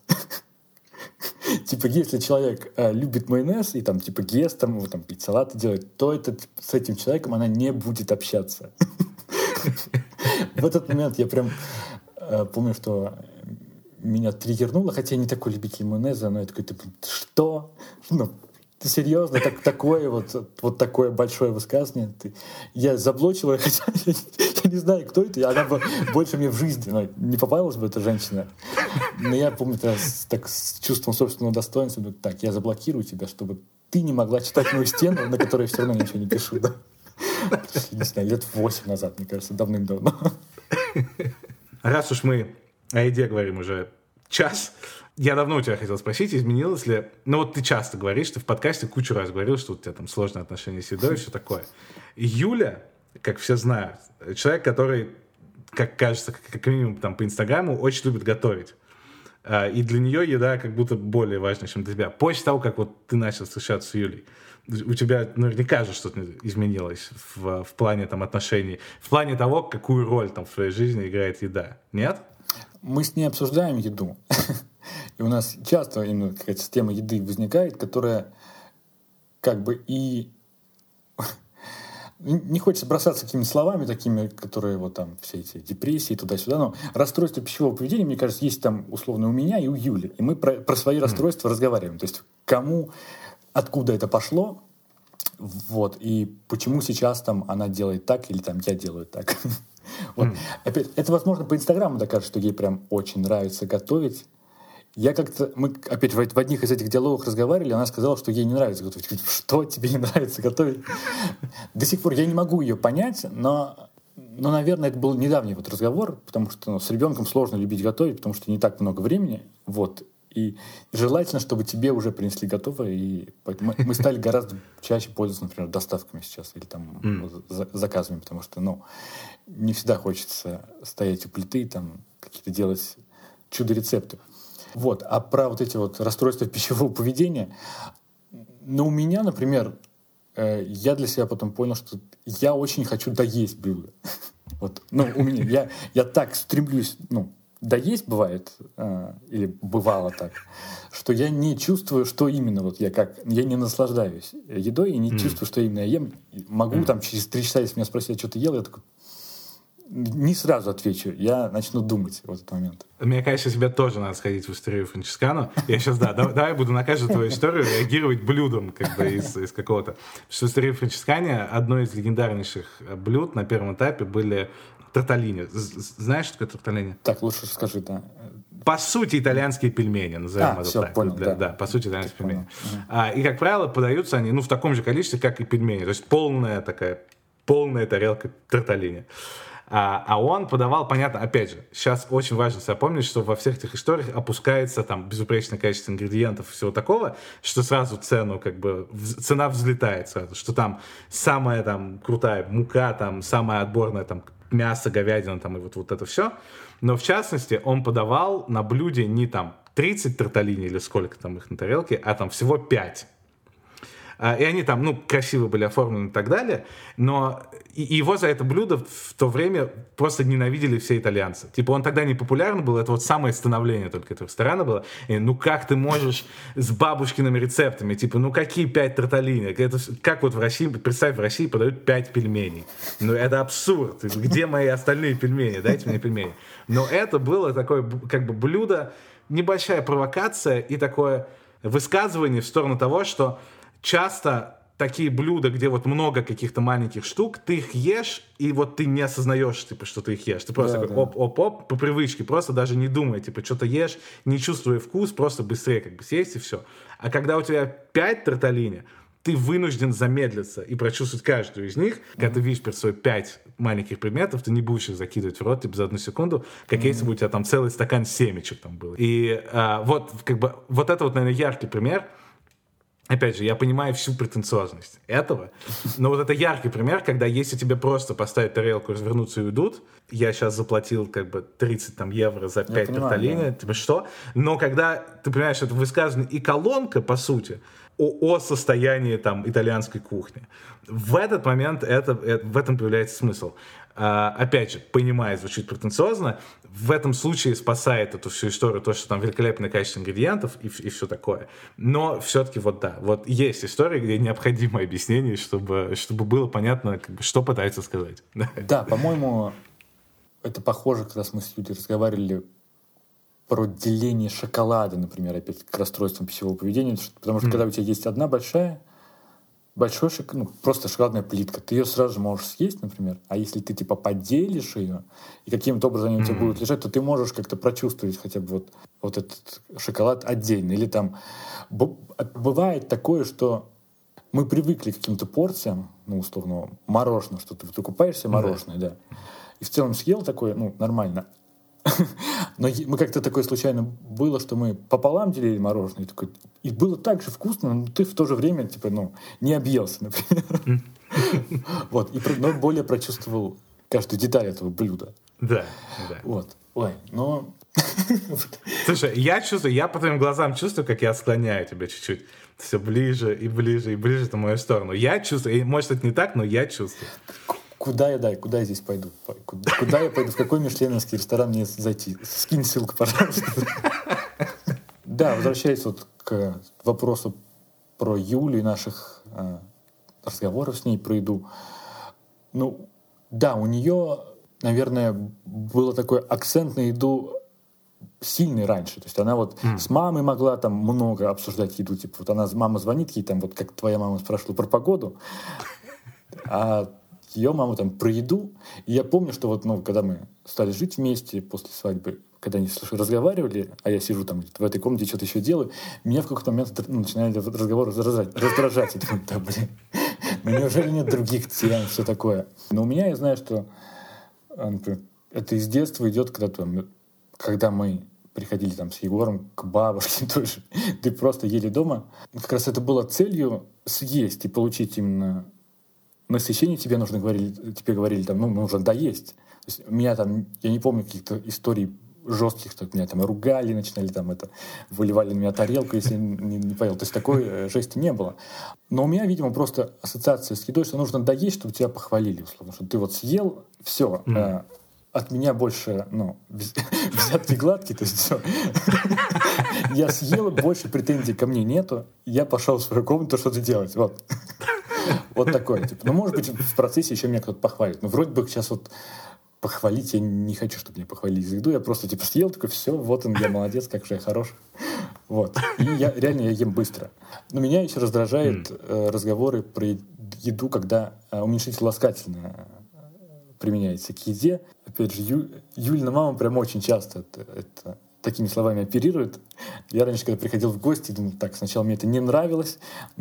Если человек любит майонез и ест, пить салаты делает, то с этим человеком она не будет общаться. В этот момент я прям помню, что меня триггернуло, хотя я не такой любитель майонеза, но я такой, типа, что? Ну, ты серьезно? Такое вот такое большое высказывание? Я заблочил ее, хотя я не знаю, кто это, и она бы больше мне в жизни не попалась бы, эта женщина. Но я помню, с чувством собственного достоинства, так, я заблокирую тебя, чтобы ты не могла читать мою стену, на которой я все равно ничего не пишу, да? Не знаю, лет 8 назад, мне кажется, давным-давно. Раз уж мы о еде говорим уже час, я давно у тебя хотел спросить, изменилось ли... Ну вот ты часто говоришь, ты в подкасте кучу раз говорил, что у тебя там сложные отношения с едой и все такое. Юля, как все знают, человек, который, как кажется, как минимум там по Инстаграму, очень любит готовить. И для нее еда как будто более важна, чем для тебя. После того, как вот ты начал встречаться с Юлей, у тебя наверняка же что-то изменилось в плане там отношений, в плане того, какую роль там в твоей жизни играет еда. Нет? Мы с ней обсуждаем еду. И у нас часто именно какая-то тема еды возникает, которая как бы и... Не хочется бросаться какими-то словами такими, которые вот там все эти депрессии туда-сюда, но расстройство пищевого поведения, мне кажется, есть там условно у меня и у Юли. И мы про свои расстройства разговариваем. То есть кому, откуда это пошло, вот, и почему сейчас там она делает так или там я делаю так. Вот. Опять, это, возможно, по Инстаграму докажет, что ей прям очень нравится готовить. Я как-то... Мы опять в одних из этих диалогах разговаривали, она сказала, что ей не нравится готовить. Что тебе не нравится готовить? До сих пор я не могу ее понять, но, наверное, это был недавний вот разговор, потому что с ребенком сложно любить готовить, потому что не так много времени. Вот. И желательно, чтобы тебе уже принесли готовое, и поэтому мы стали гораздо чаще пользоваться, например, доставками сейчас или там заказами, потому что, не всегда хочется стоять у плиты и там какие-то делать чудо-рецепты. Вот. А про вот эти вот расстройства пищевого поведения, у меня, например, я для себя потом понял, что я очень хочу доесть блюдо. Вот. У меня, я так стремлюсь, доесть бывает, или бывало так, что я не чувствую, что именно я не наслаждаюсь едой и не чувствую, что именно я ем. Могу там через 3 часа, если меня спросят, что ты ел, я такой, не сразу отвечу, я начну думать в этот момент. Мне, конечно, тебе тоже надо сходить в Остерию Франческану. Я сейчас, давай буду на каждую твою историю реагировать блюдом, как бы из какого-то. Потому что в Остерии Франческане одно из легендарнейших блюд на первом этапе были торталини. Знаешь, что такое торталини? Так, лучше скажи, да. По сути, итальянские пельмени, назовем это так. Понял, да. По сути, итальянские пельмени. И, как правило, подаются они в таком же количестве, как и пельмени. То есть полная тарелка торталини. А он подавал, понятно, опять же, сейчас очень важно себя помнить, что во всех этих историях опускается там безупречное количество ингредиентов и всего такого, что сразу цена взлетает сразу, что там самая там крутая мука, там самая отборная там мясо, говядина там и вот это все. Но в частности он подавал на блюде не там 30 торталини или сколько там их на тарелке, а там всего 5. И они там, красиво были оформлены и так далее, но его за это блюдо в то время просто ненавидели все итальянцы. Типа он тогда не популярен был, это вот самое становление только этого ресторана было. И, как ты можешь с бабушкиными рецептами, типа, какие 5 торталини? Это, как вот в России, представь, в России подают 5 пельменей. Это абсурд. Где мои остальные пельмени? Дайте мне пельмени. Но это было такое, как бы, блюдо, небольшая провокация и такое высказывание в сторону того, что часто такие блюда, где вот много каких-то маленьких штук, ты их ешь, и вот ты не осознаешь, типа, что ты их ешь. Ты просто такой оп-оп-оп, по привычке, просто даже не думая, типа, что-то ешь, не чувствуя вкус, просто быстрее как бы съесть и все. А когда у тебя 5 торталини, ты вынужден замедлиться и прочувствовать каждую из них. Когда ты видишь перед собой 5 маленьких предметов, ты не будешь их закидывать в рот типа, за 1 секунду, как если бы у тебя там целый стакан семечек там был. И вот это вот, наверное, яркий пример. Опять же, я понимаю всю претенциозность этого, но вот это яркий пример, когда если тебе просто поставить тарелку, развернуться и уйдут, я сейчас заплатил 30 евро за 5 торталини, типа что? Но когда ты понимаешь, что это высказывание и колонка, по сути, о состоянии там итальянской кухни, в этот момент в этом появляется смысл. Опять же, понимая, звучит претенциозно, в этом случае спасает эту всю историю то, что там великолепное качество ингредиентов и все такое. Но все-таки вот есть история, где необходимо объяснение, чтобы было понятно, что пытается сказать. Да, по-моему, это похоже, как раз мы с Юлей разговаривали про деление шоколада, например, опять к расстройствам пищевого поведения, потому что когда у тебя есть одна просто шоколадная плитка, ты ее сразу же можешь съесть, например, а если ты типа поделишь ее, и каким-то образом они у тебя будут лежать, то ты можешь как-то прочувствовать хотя бы вот этот шоколад отдельно. Или там бывает такое, что мы привыкли к каким-то порциям, условно, мороженое, что ты купаешь себе мороженое, да, и в целом съел такое, нормально. Но мы как-то такое случайно было, что мы пополам делили мороженое, и было так же вкусно, но ты в то же время, не объелся, например. Вот, но более прочувствовал каждую деталь этого блюда. Да. Вот. Ой, но... Слушай, я по твоим глазам чувствую, как я склоняю тебя чуть-чуть все ближе и ближе и ближе на мою сторону. Я чувствую, может, это не так, но я чувствую. Куда я здесь пойду? Куда я пойду? В какой мишленовский ресторан мне зайти? Скинь ссылку, пожалуйста. Да, возвращаясь к вопросу про Юлю и наших разговоров с ней про еду. Да, у нее, наверное, было такой акцент на еду сильный раньше. То есть она с мамой могла там много обсуждать еду. Мама звонит ей, как твоя мама спрашивала про погоду, а ее мама про еду. И я помню, что когда мы стали жить вместе после свадьбы, когда они разговаривали, а я сижу в этой комнате, что-то еще делаю, меня в какой-то момент начинали разговор раздражать. Я думаю, неужели нет других тем, все такое. Но у меня, я знаю, что например, это из детства идет, когда мы приходили с Егором к бабушке тоже, ты просто ели дома. Как раз это было целью съесть и получить именно насыщение. Тебе говорили, нужно доесть. То есть меня я не помню каких-то историй жестких, что меня ругали, начинали выливали на меня тарелку, если не поел. То есть такой жести не было. Но у меня, видимо, просто ассоциация с едой, что нужно доесть, чтобы тебя похвалили, условно. Что ты съел, все, от меня больше, взятки гладкие, то есть все. Я съел, больше претензий ко мне нету, я пошел в свою комнату что-то делать, вот. Вот такое, может быть, в процессе еще меня кто-то похвалит. Но вроде бы сейчас похвалить я не хочу, чтобы меня похвалили за еду. Я просто съел, такой, все, вот он, я молодец, как же я хорош. Вот. И я ем быстро. Но меня еще раздражают разговоры про еду, когда уменьшительно-ласкательно применяется к еде. Опять же, Юлина мама прям очень часто это такими словами оперирует. Я раньше, когда приходил в гости, думал, сначала мне это не нравилось,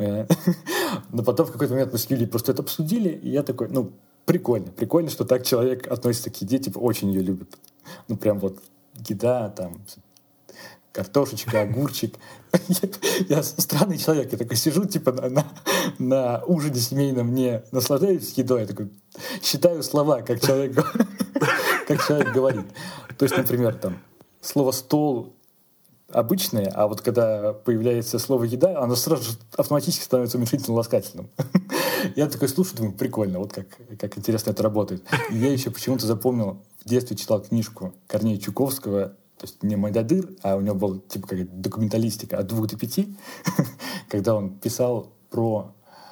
но потом в какой-то момент мы с Юлей просто это обсудили, и я такой, прикольно, что так человек относится к еде, очень ее любит. Прям еда, картошечка, огурчик. Я странный человек, я такой сижу, на ужине семейном, не наслаждаюсь едой, я такой считаю слова, как человек говорит. То есть, например, слово «стол» обычное, а когда появляется слово «еда», оно сразу же автоматически становится уменьшительно-ласкательным. Я такой слушаю, думаю, прикольно, как интересно это работает. И я еще почему-то запомнил, в детстве читал книжку Корнея Чуковского, то есть не «Мойдодыр», а у него была какая-то документалистика от 2 до 5, когда он писал про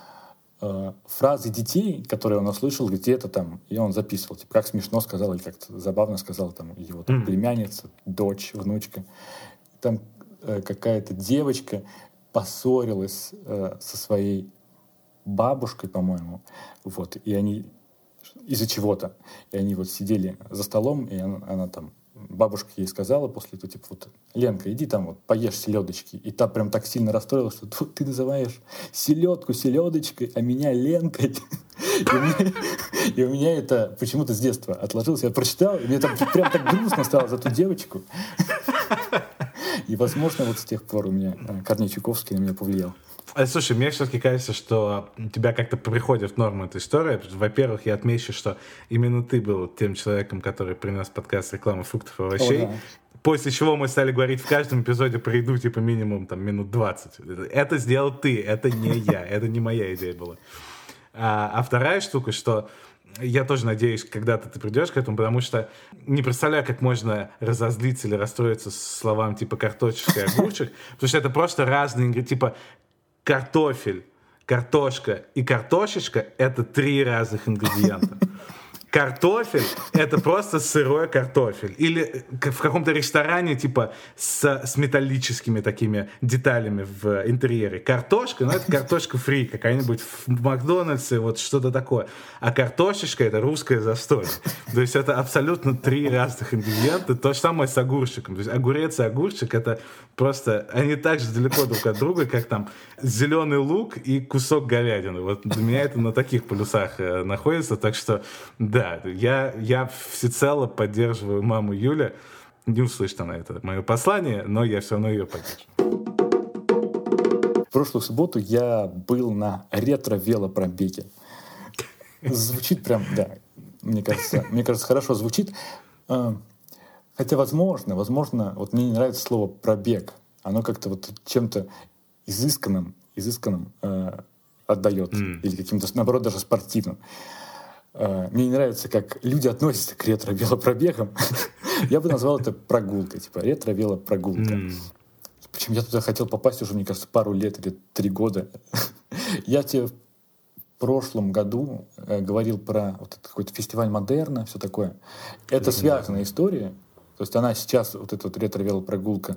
фразы детей, которые он услышал где-то и он записывал, как смешно сказал или как-то забавно сказал его племянница, дочь, внучка. Там какая-то девочка поссорилась со своей бабушкой, по-моему, и они из-за чего-то, и они сидели за столом, и она бабушка ей сказала после этого, Ленка, иди поешь селедочки. И та прям так сильно расстроилась, что ты называешь селедку селедочкой, а меня Ленкой. И у меня это почему-то с детства отложилось. Я прочитал, и мне прям так грустно стало за ту девочку. И, возможно, с тех пор у меня Корней Чуковский на меня повлиял. Слушай, мне все-таки кажется, что у тебя как-то приходит в норму эта история. Во-первых, я отмечу, что именно ты был тем человеком, который принес подкаст рекламы фруктов и овощей. Да. После чего мы стали говорить в каждом эпизоде про еду минимум минут 20. Это сделал ты, это не я, это не моя идея была. А вторая штука, что я тоже надеюсь, когда-то ты придешь к этому, потому что не представляю, как можно разозлиться или расстроиться с словами картошечка и огурчик, потому что это просто разные ингредиенты, картофель, картошка и картошечка — это 3 разных ингредиента. картофель — это просто сырой картофель. Или в каком-то ресторане, типа, с металлическими такими деталями в интерьере. Картошка, ну, это картошка фри, какая-нибудь в Макдональдсе, вот что-то такое. А картошечка — это русское застолье. То есть это абсолютно 3 разных ингредиента. То же самое с огурчиком. То есть огурец и огурчик — это просто... Они так же далеко друг от друга, как там зеленый лук и кусок говядины. Вот для меня это на таких полюсах находится. Так что, да, я всецело поддерживаю маму Юля. Не услышит она это мое послание, но я все равно ее поддерживаю. В прошлую субботу я был на ретро-велопробеге. Звучит прям, да, мне кажется, хорошо звучит. Хотя, возможно, вот мне не нравится слово «пробег». Оно как-то вот чем-то изысканным отдает. Или каким-то, наоборот, даже спортивным. Мне не нравится, как люди относятся к ретро-велопробегам. Я бы назвал это прогулкой, типа ретро-велопрогулка. Причем я туда хотел попасть уже, мне кажется, пару лет или 3 года. Я тебе в прошлом году говорил про вот этот какой-то фестиваль модерна, все такое. Это связанная история. То есть она сейчас, вот эта вот ретро-велопрогулка,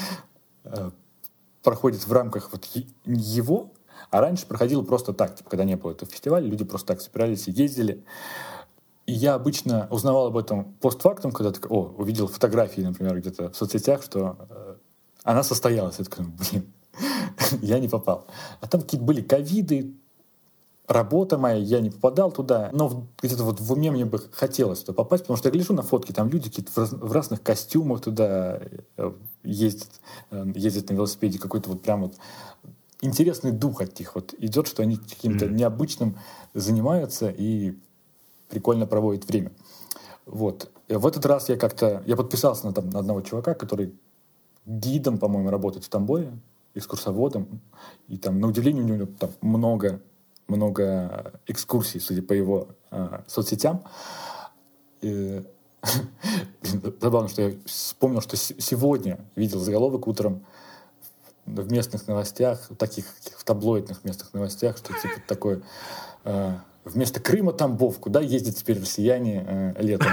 проходит в рамках вот его, а раньше проходила просто так, типа, когда не было этого фестиваля, люди просто так собирались и ездили. И я обычно узнавал об этом постфактум, когда так, увидел фотографии, например, где-то в соцсетях, что она состоялась. Я такой, я не попал. А там какие-то были ковиды, работа моя, я не попадал туда. Но где-то вот в уме мне бы хотелось туда попасть, потому что я гляжу на фотки, там люди какие-то в разных костюмах туда ездят на велосипеде, какой-то вот прям вот интересный дух от них вот идет, что они каким-то необычным занимаются и прикольно проводят время. Вот. И в этот раз я подписался на одного чувака, который гидом, по-моему, работает в Тамбове, экскурсоводом. И там, на удивление, у него там много экскурсий, судя по его соцсетям. И забавно, что я вспомнил, что сегодня видел заголовок утром в местных новостях, таких в таблоидных местных новостях, что типа такое вместо Крыма Тамбов, куда ездят теперь россияне летом.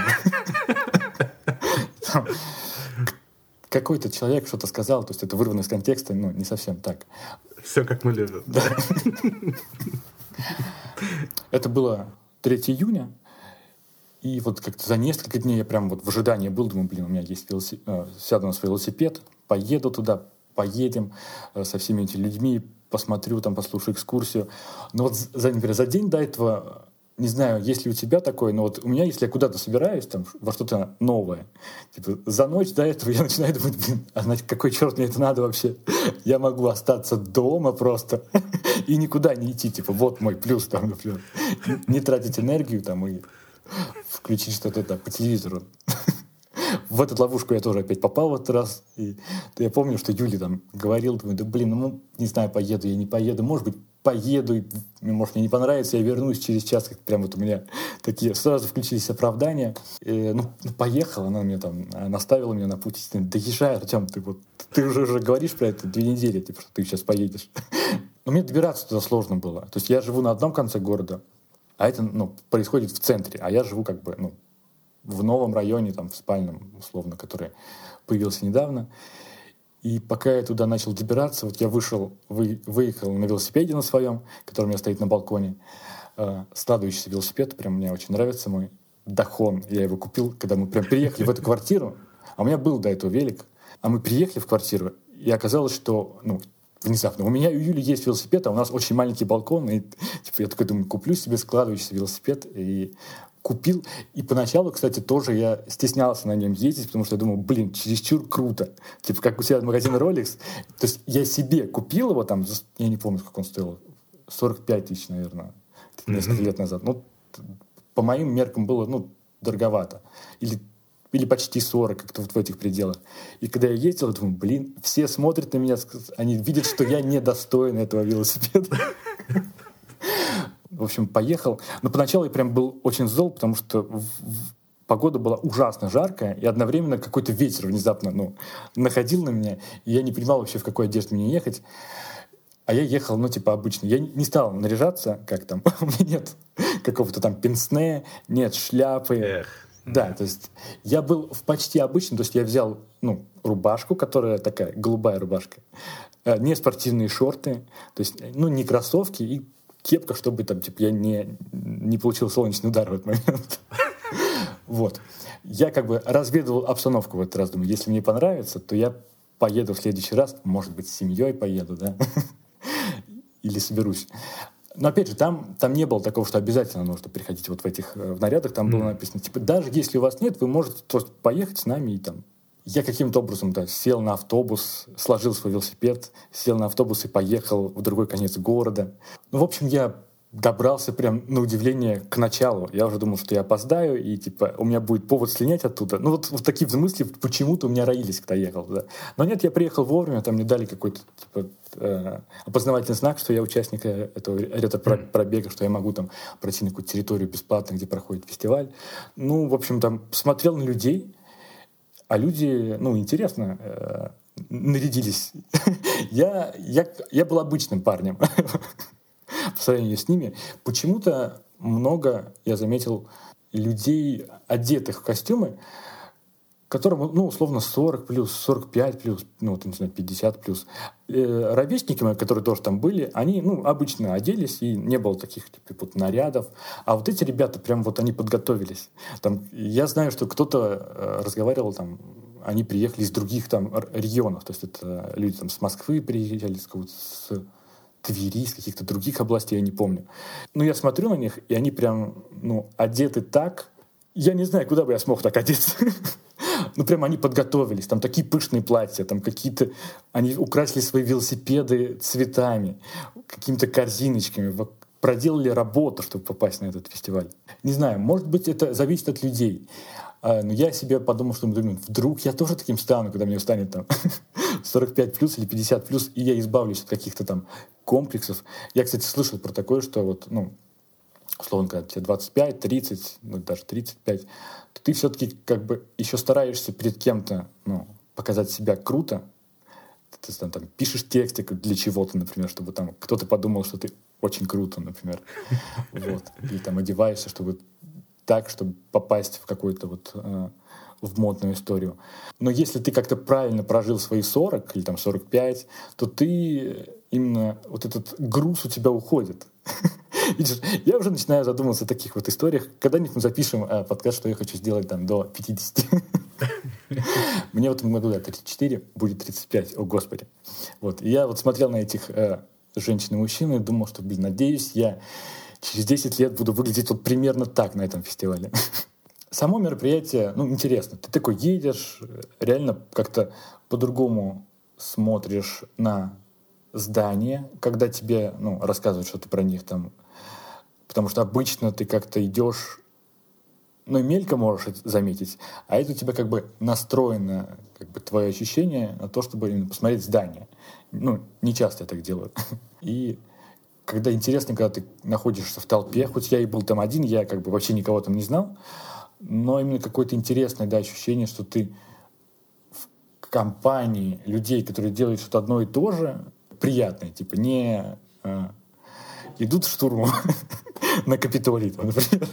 Какой-то человек что-то сказал, то есть это вырвано из контекста, но не совсем так. Все как мы любим. Да. Это было 3 июня, и вот как-то за несколько дней я прям вот в ожидании был, думаю, у меня есть сяду на свой велосипед, поеду туда, поедем со всеми этими людьми, посмотрю, там, послушаю экскурсию. Но вот за день до этого, не знаю, есть ли у тебя такое, но вот у меня, если я куда-то собираюсь, там, во что-то новое, типа, за ночь до этого я начинаю думать, значит, какой черт мне это надо вообще? Я могу остаться дома просто и никуда не идти, типа, вот мой плюс, там, например, не тратить энергию, там, и включить что-то по телевизору. В эту ловушку я тоже опять попал в этот раз. И я помню, что Юля там говорил, думаю, не знаю, поеду я, не поеду. Может быть, поеду, и, может, мне не понравится, я вернусь через час. Прям вот у меня такие сразу включились оправдания. Поехал, она меня там наставила меня на путь. Доезжай, Артем, ты уже говоришь про это 2 недели, типа, что ты сейчас поедешь. Но мне добираться туда сложно было. То есть я живу на одном конце города, а это происходит в центре. А я живу как бы, в новом районе, там, в спальном, условно, который появился недавно. И пока я туда начал добираться, вот я выехал на велосипеде на своем, который у меня стоит на балконе. Складывающийся велосипед, прям мне очень нравится мой Дахон. Я его купил, когда мы прям приехали в эту квартиру. А у меня был до этого велик. А мы приехали в квартиру, и оказалось, что, внезапно, у меня и у Юли есть велосипед, а у нас очень маленький балкон. И я такой думаю, куплю себе складывающийся велосипед. И купил. И поначалу, кстати, тоже я стеснялся на нем ездить, потому что я думал, чересчур круто. Типа, как у себя в магазине Rolex. То есть я себе купил его там, я не помню, сколько он стоил, 45 тысяч, наверное, несколько лет назад. По моим меркам было, дороговато. Или почти 40, как-то вот в этих пределах. И когда я ездил, я думаю, все смотрят на меня, они видят, что я недостоин этого велосипеда. В общем, поехал. Но поначалу я прям был очень зол, потому что погода была ужасно жаркая, и одновременно какой-то ветер внезапно находил на меня, и я не понимал вообще, в какой одежде мне ехать. А я ехал, ну, типа, обычно. Я не стал наряжаться, как там, у меня нет какого-то там пенсне, нет шляпы. Эх. Да, то есть я был в почти обычном, то есть я взял, ну, рубашку, которая такая, голубая рубашка, не спортивные шорты, то есть, ну, не кроссовки и кепка, чтобы там, типа, я не получил солнечный удар в этот момент. Вот. Я как бы разведывал обстановку в этот раз, думаю, если мне понравится, то я поеду в следующий раз, может быть, с семьей поеду, да, или соберусь. Но опять же, там не было такого, что обязательно нужно приходить вот в этих в нарядах. Там было написано, типа, даже если у вас нет, вы можете просто поехать с нами и там... Я каким-то образом, да, сел на автобус, сложил свой велосипед, сел на автобус и поехал в другой конец города. Ну, в общем, я добрался прям, на удивление, к началу. Я уже думал, что я опоздаю, и, типа, у меня будет повод слинять оттуда. Ну, вот такие мысли почему-то у меня роились, когда я ехал, да. Но нет, я приехал вовремя, там мне дали какой-то, типа, опознавательный знак, что я участник этого ретро-пробега, что я могу там пройти на какую-то территорию бесплатно, где проходит фестиваль. Ну, в общем, там смотрел на людей, а люди, ну, интересно нарядились. Я был обычным парнем по сравнению с ними. Почему-то много, я заметил, людей, одетых в костюмы, которым, ну, условно, 40 плюс, 45 плюс, ну, вот, не знаю, 50 плюс. Ровесники мои, которые тоже там были, они, ну, обычно оделись, и не было таких, типа, вот нарядов. А вот эти ребята, прям вот они подготовились. Там, я знаю, что кто-то разговаривал там, они приехали из других там регионов, то есть это люди там с Москвы приезжали, с Твери, из каких-то других областей, я не помню. Но я смотрю на них, и они прям, ну, одеты так. Я не знаю, куда бы я смог так одеться. Ну, прям они подготовились. Там такие пышные платья, там какие-то... Они украсили свои велосипеды цветами, какими-то корзиночками, проделали работу, чтобы попасть на этот фестиваль. Не знаю, может быть, это зависит от людей. Но я себе подумал, что вдруг я тоже таким стану, когда мне станет там 45 плюс или 50 плюс, и я избавлюсь от каких-то там комплексов. Я, кстати, слышал про такое, что вот, ну, условно, когда тебе 25, 30, ну, даже 35, то ты все-таки как бы еще стараешься перед кем-то, ну, показать себя круто. Ты там пишешь тексты для чего-то, например, чтобы там кто-то подумал, что ты очень круто, например. Вот. И там одеваешься, чтобы так, чтобы попасть в какую-то вот в модную историю. Но если ты как-то правильно прожил свои 40 или там 45, то ты именно вот этот груз у тебя уходит. Видишь, я уже начинаю задумываться о таких вот историях. Когда-нибудь мы запишем подкаст, что я хочу сделать там до 50. Мне в этом году, да, 34, будет 35, о господи. Вот. И я вот смотрел на этих женщин и мужчин и думал, что, блин, надеюсь, я через 10 лет буду выглядеть вот примерно так на этом фестивале. Само мероприятие, ну, интересно. Ты такой едешь, реально как-то по-другому смотришь на здания, когда тебе, ну, рассказывают что-то про них там. Потому что обычно ты как-то идешь, ну, и мелько можешь это заметить, а это у тебя как бы настроено, как бы твое ощущение на то, чтобы именно посмотреть здание. Ну, не часто я так делаю. И когда интересно, когда ты находишься в толпе, хоть я и был там один, я как бы вообще никого там не знал, но именно какое-то интересное, да, ощущение, что ты в компании людей, которые делают что-то одно и то же, приятное, типа не идут в штурм на Капитолий, например.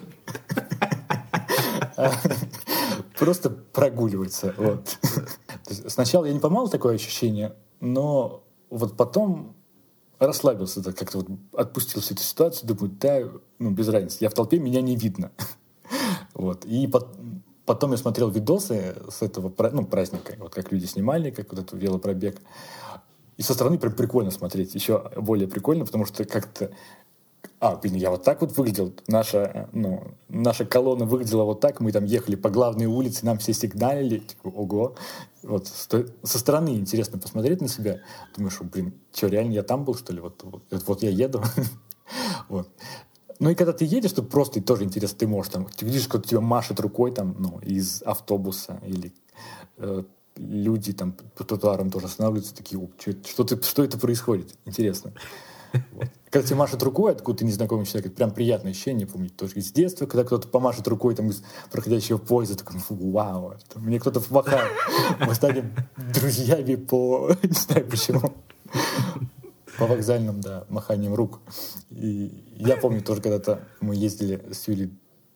Просто прогуливаются. Вот. Сначала я не поймал такое ощущение, но вот потом расслабился, так как-то вот отпустил всю эту ситуацию, думаю, да, ну, без разницы, я в толпе, меня не видно. Вот. И потом я смотрел видосы с этого, ну, праздника, вот как люди снимали, как вот этот велопробег. И со стороны прям прикольно смотреть, еще более прикольно, потому что как-то... блин, я вот так вот выглядел, наша колонна выглядела вот так, мы там ехали по главной улице, нам все сигналили, типа, ого. Вот со стороны интересно посмотреть на себя, думаешь, блин, что, реально я там был, что ли? Вот я еду. Вот. Ну и когда ты едешь, то просто тоже интересно, ты можешь там, ты видишь, кто-то тебя машет рукой там, ну, из автобуса, или люди там по тротуарам тоже останавливаются, такие, что это происходит? Интересно. Вот. Когда тебе машет рукой, откуда-то незнакомый человек, это прям приятное ощущение, помню, тоже из детства, когда кто-то помашет рукой там, из проходящего поезда, такой, вау, мне кто-то помахал, мы стали друзьями не знаю почему. По вокзальным, да, маханием рук. И я помню тоже, когда-то мы ездили с Юлей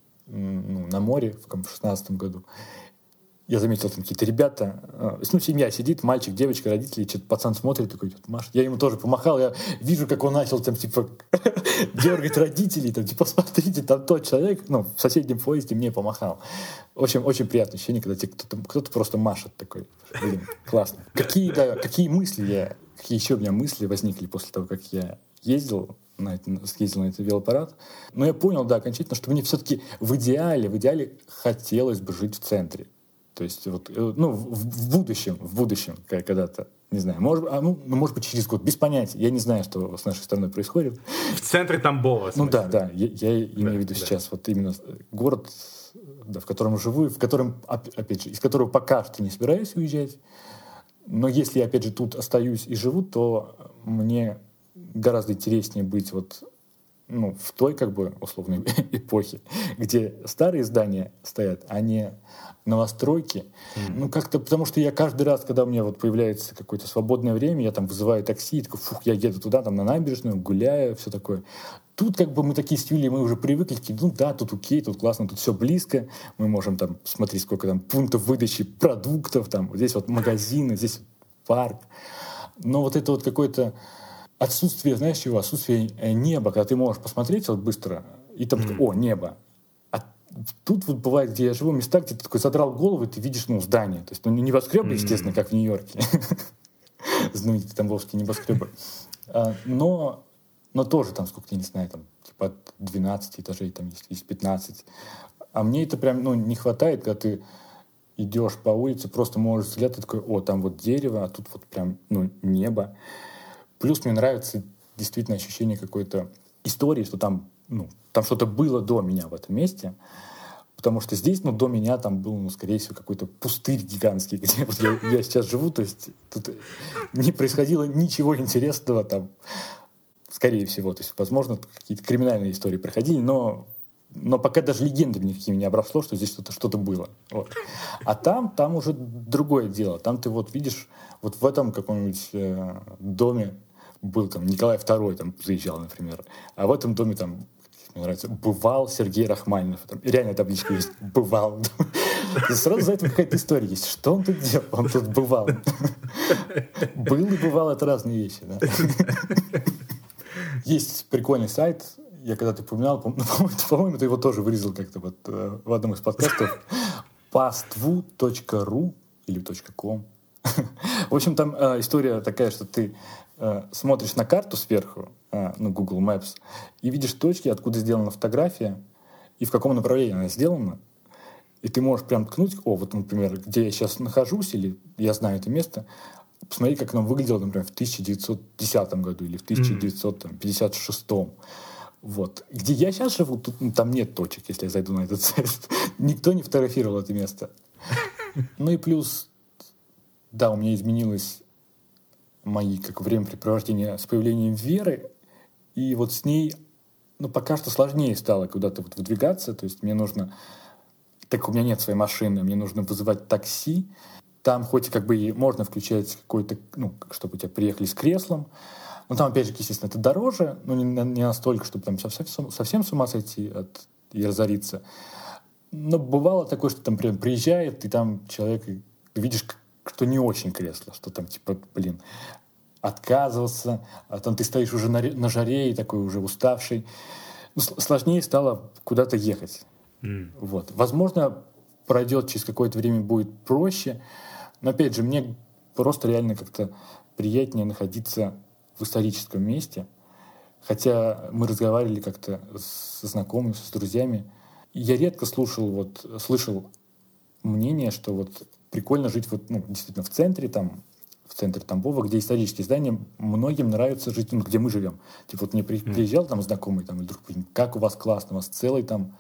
на море в 2016 году. Я заметил, там какие-то ребята, семья сидит, мальчик, девочка, родители, что-то пацан смотрит, такой машет. Я ему тоже помахал, я вижу, как он начал там, типа, дергать родителей, там, типа, смотрите, там тот человек, в соседнем поезде мне помахал. Очень, очень приятное ощущение, когда тебе кто-то просто машет такой. Блин, классно. Какие еще у меня мысли возникли после того, как я съездил на этот велоаппарат. Но я понял, да, окончательно, что мне все-таки в идеале хотелось бы жить в центре. То есть вот, в будущем, когда-то, не знаю, может быть, через год, без понятия. Я не знаю, что с нашей страной происходит. В центре Тамбова. Да, я имею в виду сейчас вот именно город, да, в котором живу, в котором, опять же, из которого пока что не собираюсь уезжать. Но если я, опять же, тут остаюсь и живу, то мне гораздо интереснее быть вот в той, как бы, условной эпохе, где старые здания стоят, а не новостройки. Как-то, потому что я каждый раз, когда у меня вот появляется какое-то свободное время, я там вызываю такси, и такой, я еду туда, там, на набережную, гуляю, все такое. Тут как бы мы такие с Юлей, мы уже привыкли, тут окей, тут классно, тут все близко, мы можем там смотреть, сколько там пунктов выдачи продуктов, там, здесь вот магазины, здесь парк. Но вот это вот какое-то отсутствие, знаешь чего, отсутствие неба, когда ты можешь посмотреть вот быстро, и там небо. А тут вот бывает, где я живу, места, где ты такой задрал голову, и ты видишь, здание. То есть, не небоскребы, естественно, как в Нью-Йорке. Знаменитые тамбовские небоскребы. Но тоже там, сколько, я не знаю, там, типа от 12 этажей, там есть 15. А мне это прям, не хватает, когда ты идешь по улице, просто можешь взгляд, ты такой, там вот дерево, а тут вот прям, небо. Плюс мне нравится действительно ощущение какой-то истории, что там что-то было до меня в этом месте. Потому что здесь, до меня там был, скорее всего, какой-то пустырь гигантский, где вот я сейчас живу. То есть тут не происходило ничего интересного там, скорее всего. То есть, возможно, какие-то криминальные истории проходили, но пока даже легендами никакими не обросло, что здесь что-то было. Вот. А там уже другое дело. Там ты вот видишь, вот в этом каком-нибудь доме был там Николай II там заезжал, например. А в этом доме там, мне нравится, бывал Сергей Рахманинов. Там реально табличка есть «бывал». Сразу за этим какая-то история есть. Что он тут делал? Он тут бывал. Был и бывал — это разные вещи. Да? Есть прикольный сайт. Я когда-то упоминал, по-моему, ты его тоже вырезал как-то вот в одном из подкастов. pastvu.ru или .com. В общем, там история такая, что ты смотришь на карту сверху, Google Maps, и видишь точки, откуда сделана фотография, и в каком направлении она сделана. И ты можешь прям ткнуть, вот, например, где я сейчас нахожусь, или я знаю это место, посмотри, как оно выглядело, например, в 1910 году или в 1956. Вот. Где я сейчас живу, тут там нет точек, если я зайду на этот сайт. Никто не фотографировал это место. И плюс, да, у меня изменилось мои времяпрепровождения с появлением Веры, и вот с ней, пока что сложнее стало куда-то вот выдвигаться, то есть мне нужно, так как у меня нет своей машины, мне нужно вызывать такси, там хоть и можно включать какой-то, чтобы у тебя приехали с креслом, но там, опять же, естественно, это дороже, но не настолько, чтобы там совсем с ума сойти и разориться. Но бывало такое, что там прям приезжает, и там человек, и видишь, что не очень кресло, что там, отказывался, а там ты стоишь уже на жаре и такой уже уставший. Сложнее стало куда-то ехать. Вот. Возможно, пройдет через какое-то время, будет проще, но, опять же, мне просто реально как-то приятнее находиться в историческом месте. Хотя мы разговаривали как-то с знакомыми, с друзьями, и я редко слышал мнение, что вот прикольно жить действительно в центре Тамбова, где исторические здания, многим нравится жить, где мы живем. Вот мне приезжал там знакомый, там, и вдруг, как у вас классно, у вас целый там,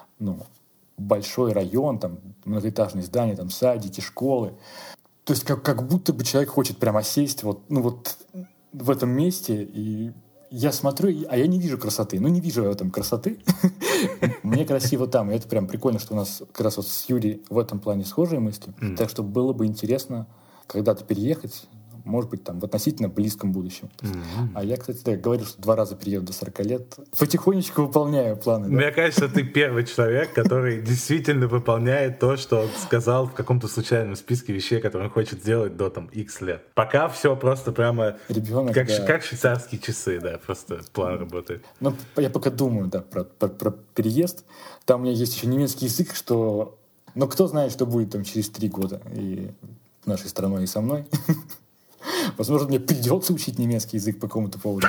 большой район, там, многоэтажные здания, там, садики, школы. То есть как будто бы человек хочет прямо сесть вот в этом месте, и я смотрю, а я не вижу красоты. Не вижу я в этом красоты. Мне красиво там. И это прям прикольно, что у нас как раз вот с Юрией в этом плане схожие мысли. Так что было бы интересно когда-то переехать. может быть, там в относительно близком будущем. А я, кстати, да, говорил, что 2 раза перееду до 40 лет. Потихонечку выполняю планы. Да? Мне кажется, ты первый человек, который действительно выполняет то, что он сказал в каком-то случайном списке вещей, которые он хочет сделать до там X лет. Пока все просто прямо ребенок, как швейцарские часы, да, просто план работает. Ну, я пока думаю, да, про переезд. Там у меня есть еще немецкий язык, что... Но кто знает, что будет там через 3 года и нашей страной, и со мной. Возможно, мне придется учить немецкий язык по какому-то поводу.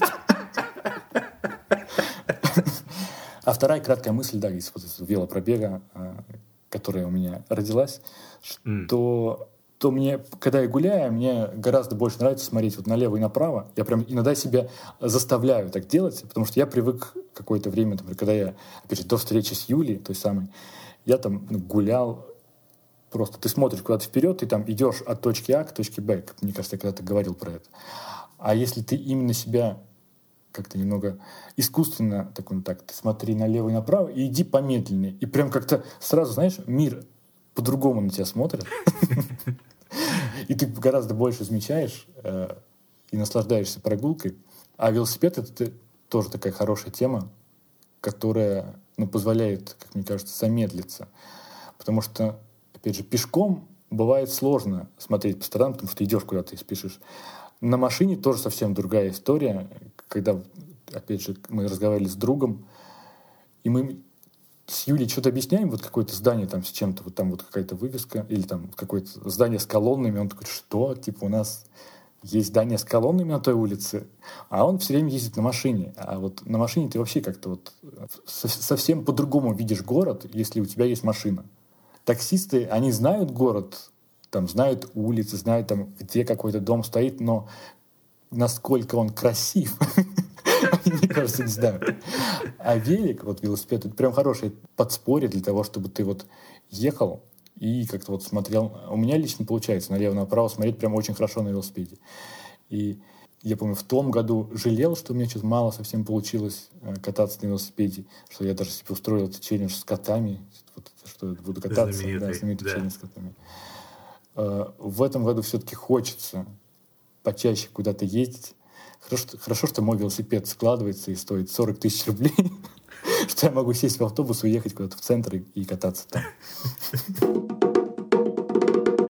А вторая краткая мысль, да, из велопробега, которая у меня родилась, что мне, когда я гуляю, мне гораздо больше нравится смотреть вот налево и направо. Я прям иногда себя заставляю так делать, потому что я привык какое-то время, например, когда я, опять же, до встречи с Юлей, той самой, я там гулял, просто ты смотришь куда-то вперед, ты там идешь от точки А к точке Б. Мне кажется, я когда-то говорил про это. А если ты именно себя как-то немного искусственно, так, ты смотри налево и направо и иди помедленнее. И прям как-то сразу, знаешь, мир по-другому на тебя смотрит. И ты гораздо больше замечаешь и наслаждаешься прогулкой. А велосипед — это тоже такая хорошая тема, которая позволяет, как мне кажется, замедлиться. Потому что, опять же, пешком бывает сложно смотреть по сторонам, потому что идешь куда-то и спешишь. На машине тоже совсем другая история. Когда, опять же, мы разговаривали с другом, и мы с Юлей что-то объясняем, вот какое-то здание там с чем-то, вот там вот какая-то вывеска, или там какое-то здание с колоннами, он такой, что? Типа у нас есть здание с колоннами на той улице, а он все время ездит на машине. А вот на машине ты вообще как-то вот совсем по-другому видишь город, если у тебя есть машина. Таксисты, они знают город, там, знают улицы, знают, там, где какой-то дом стоит, но насколько он красив, они, мне кажется, не знают. А велик, вот велосипед, это прям хорошее подспорье для того, чтобы ты вот ехал и как-то вот смотрел. У меня лично получается налево-направо смотреть прям очень хорошо на велосипеде. И я помню, в том году жалел, что у меня что-то мало совсем получилось кататься на велосипеде, что я даже себе устроил этот челлендж с котами, вот, что я буду кататься, знаменитый челлендж с котами. В этом году все-таки хочется почаще куда-то ездить. Хорошо, что мой велосипед складывается и стоит 40 000 рублей, что я могу сесть в автобус, уехать куда-то в центр и кататься там.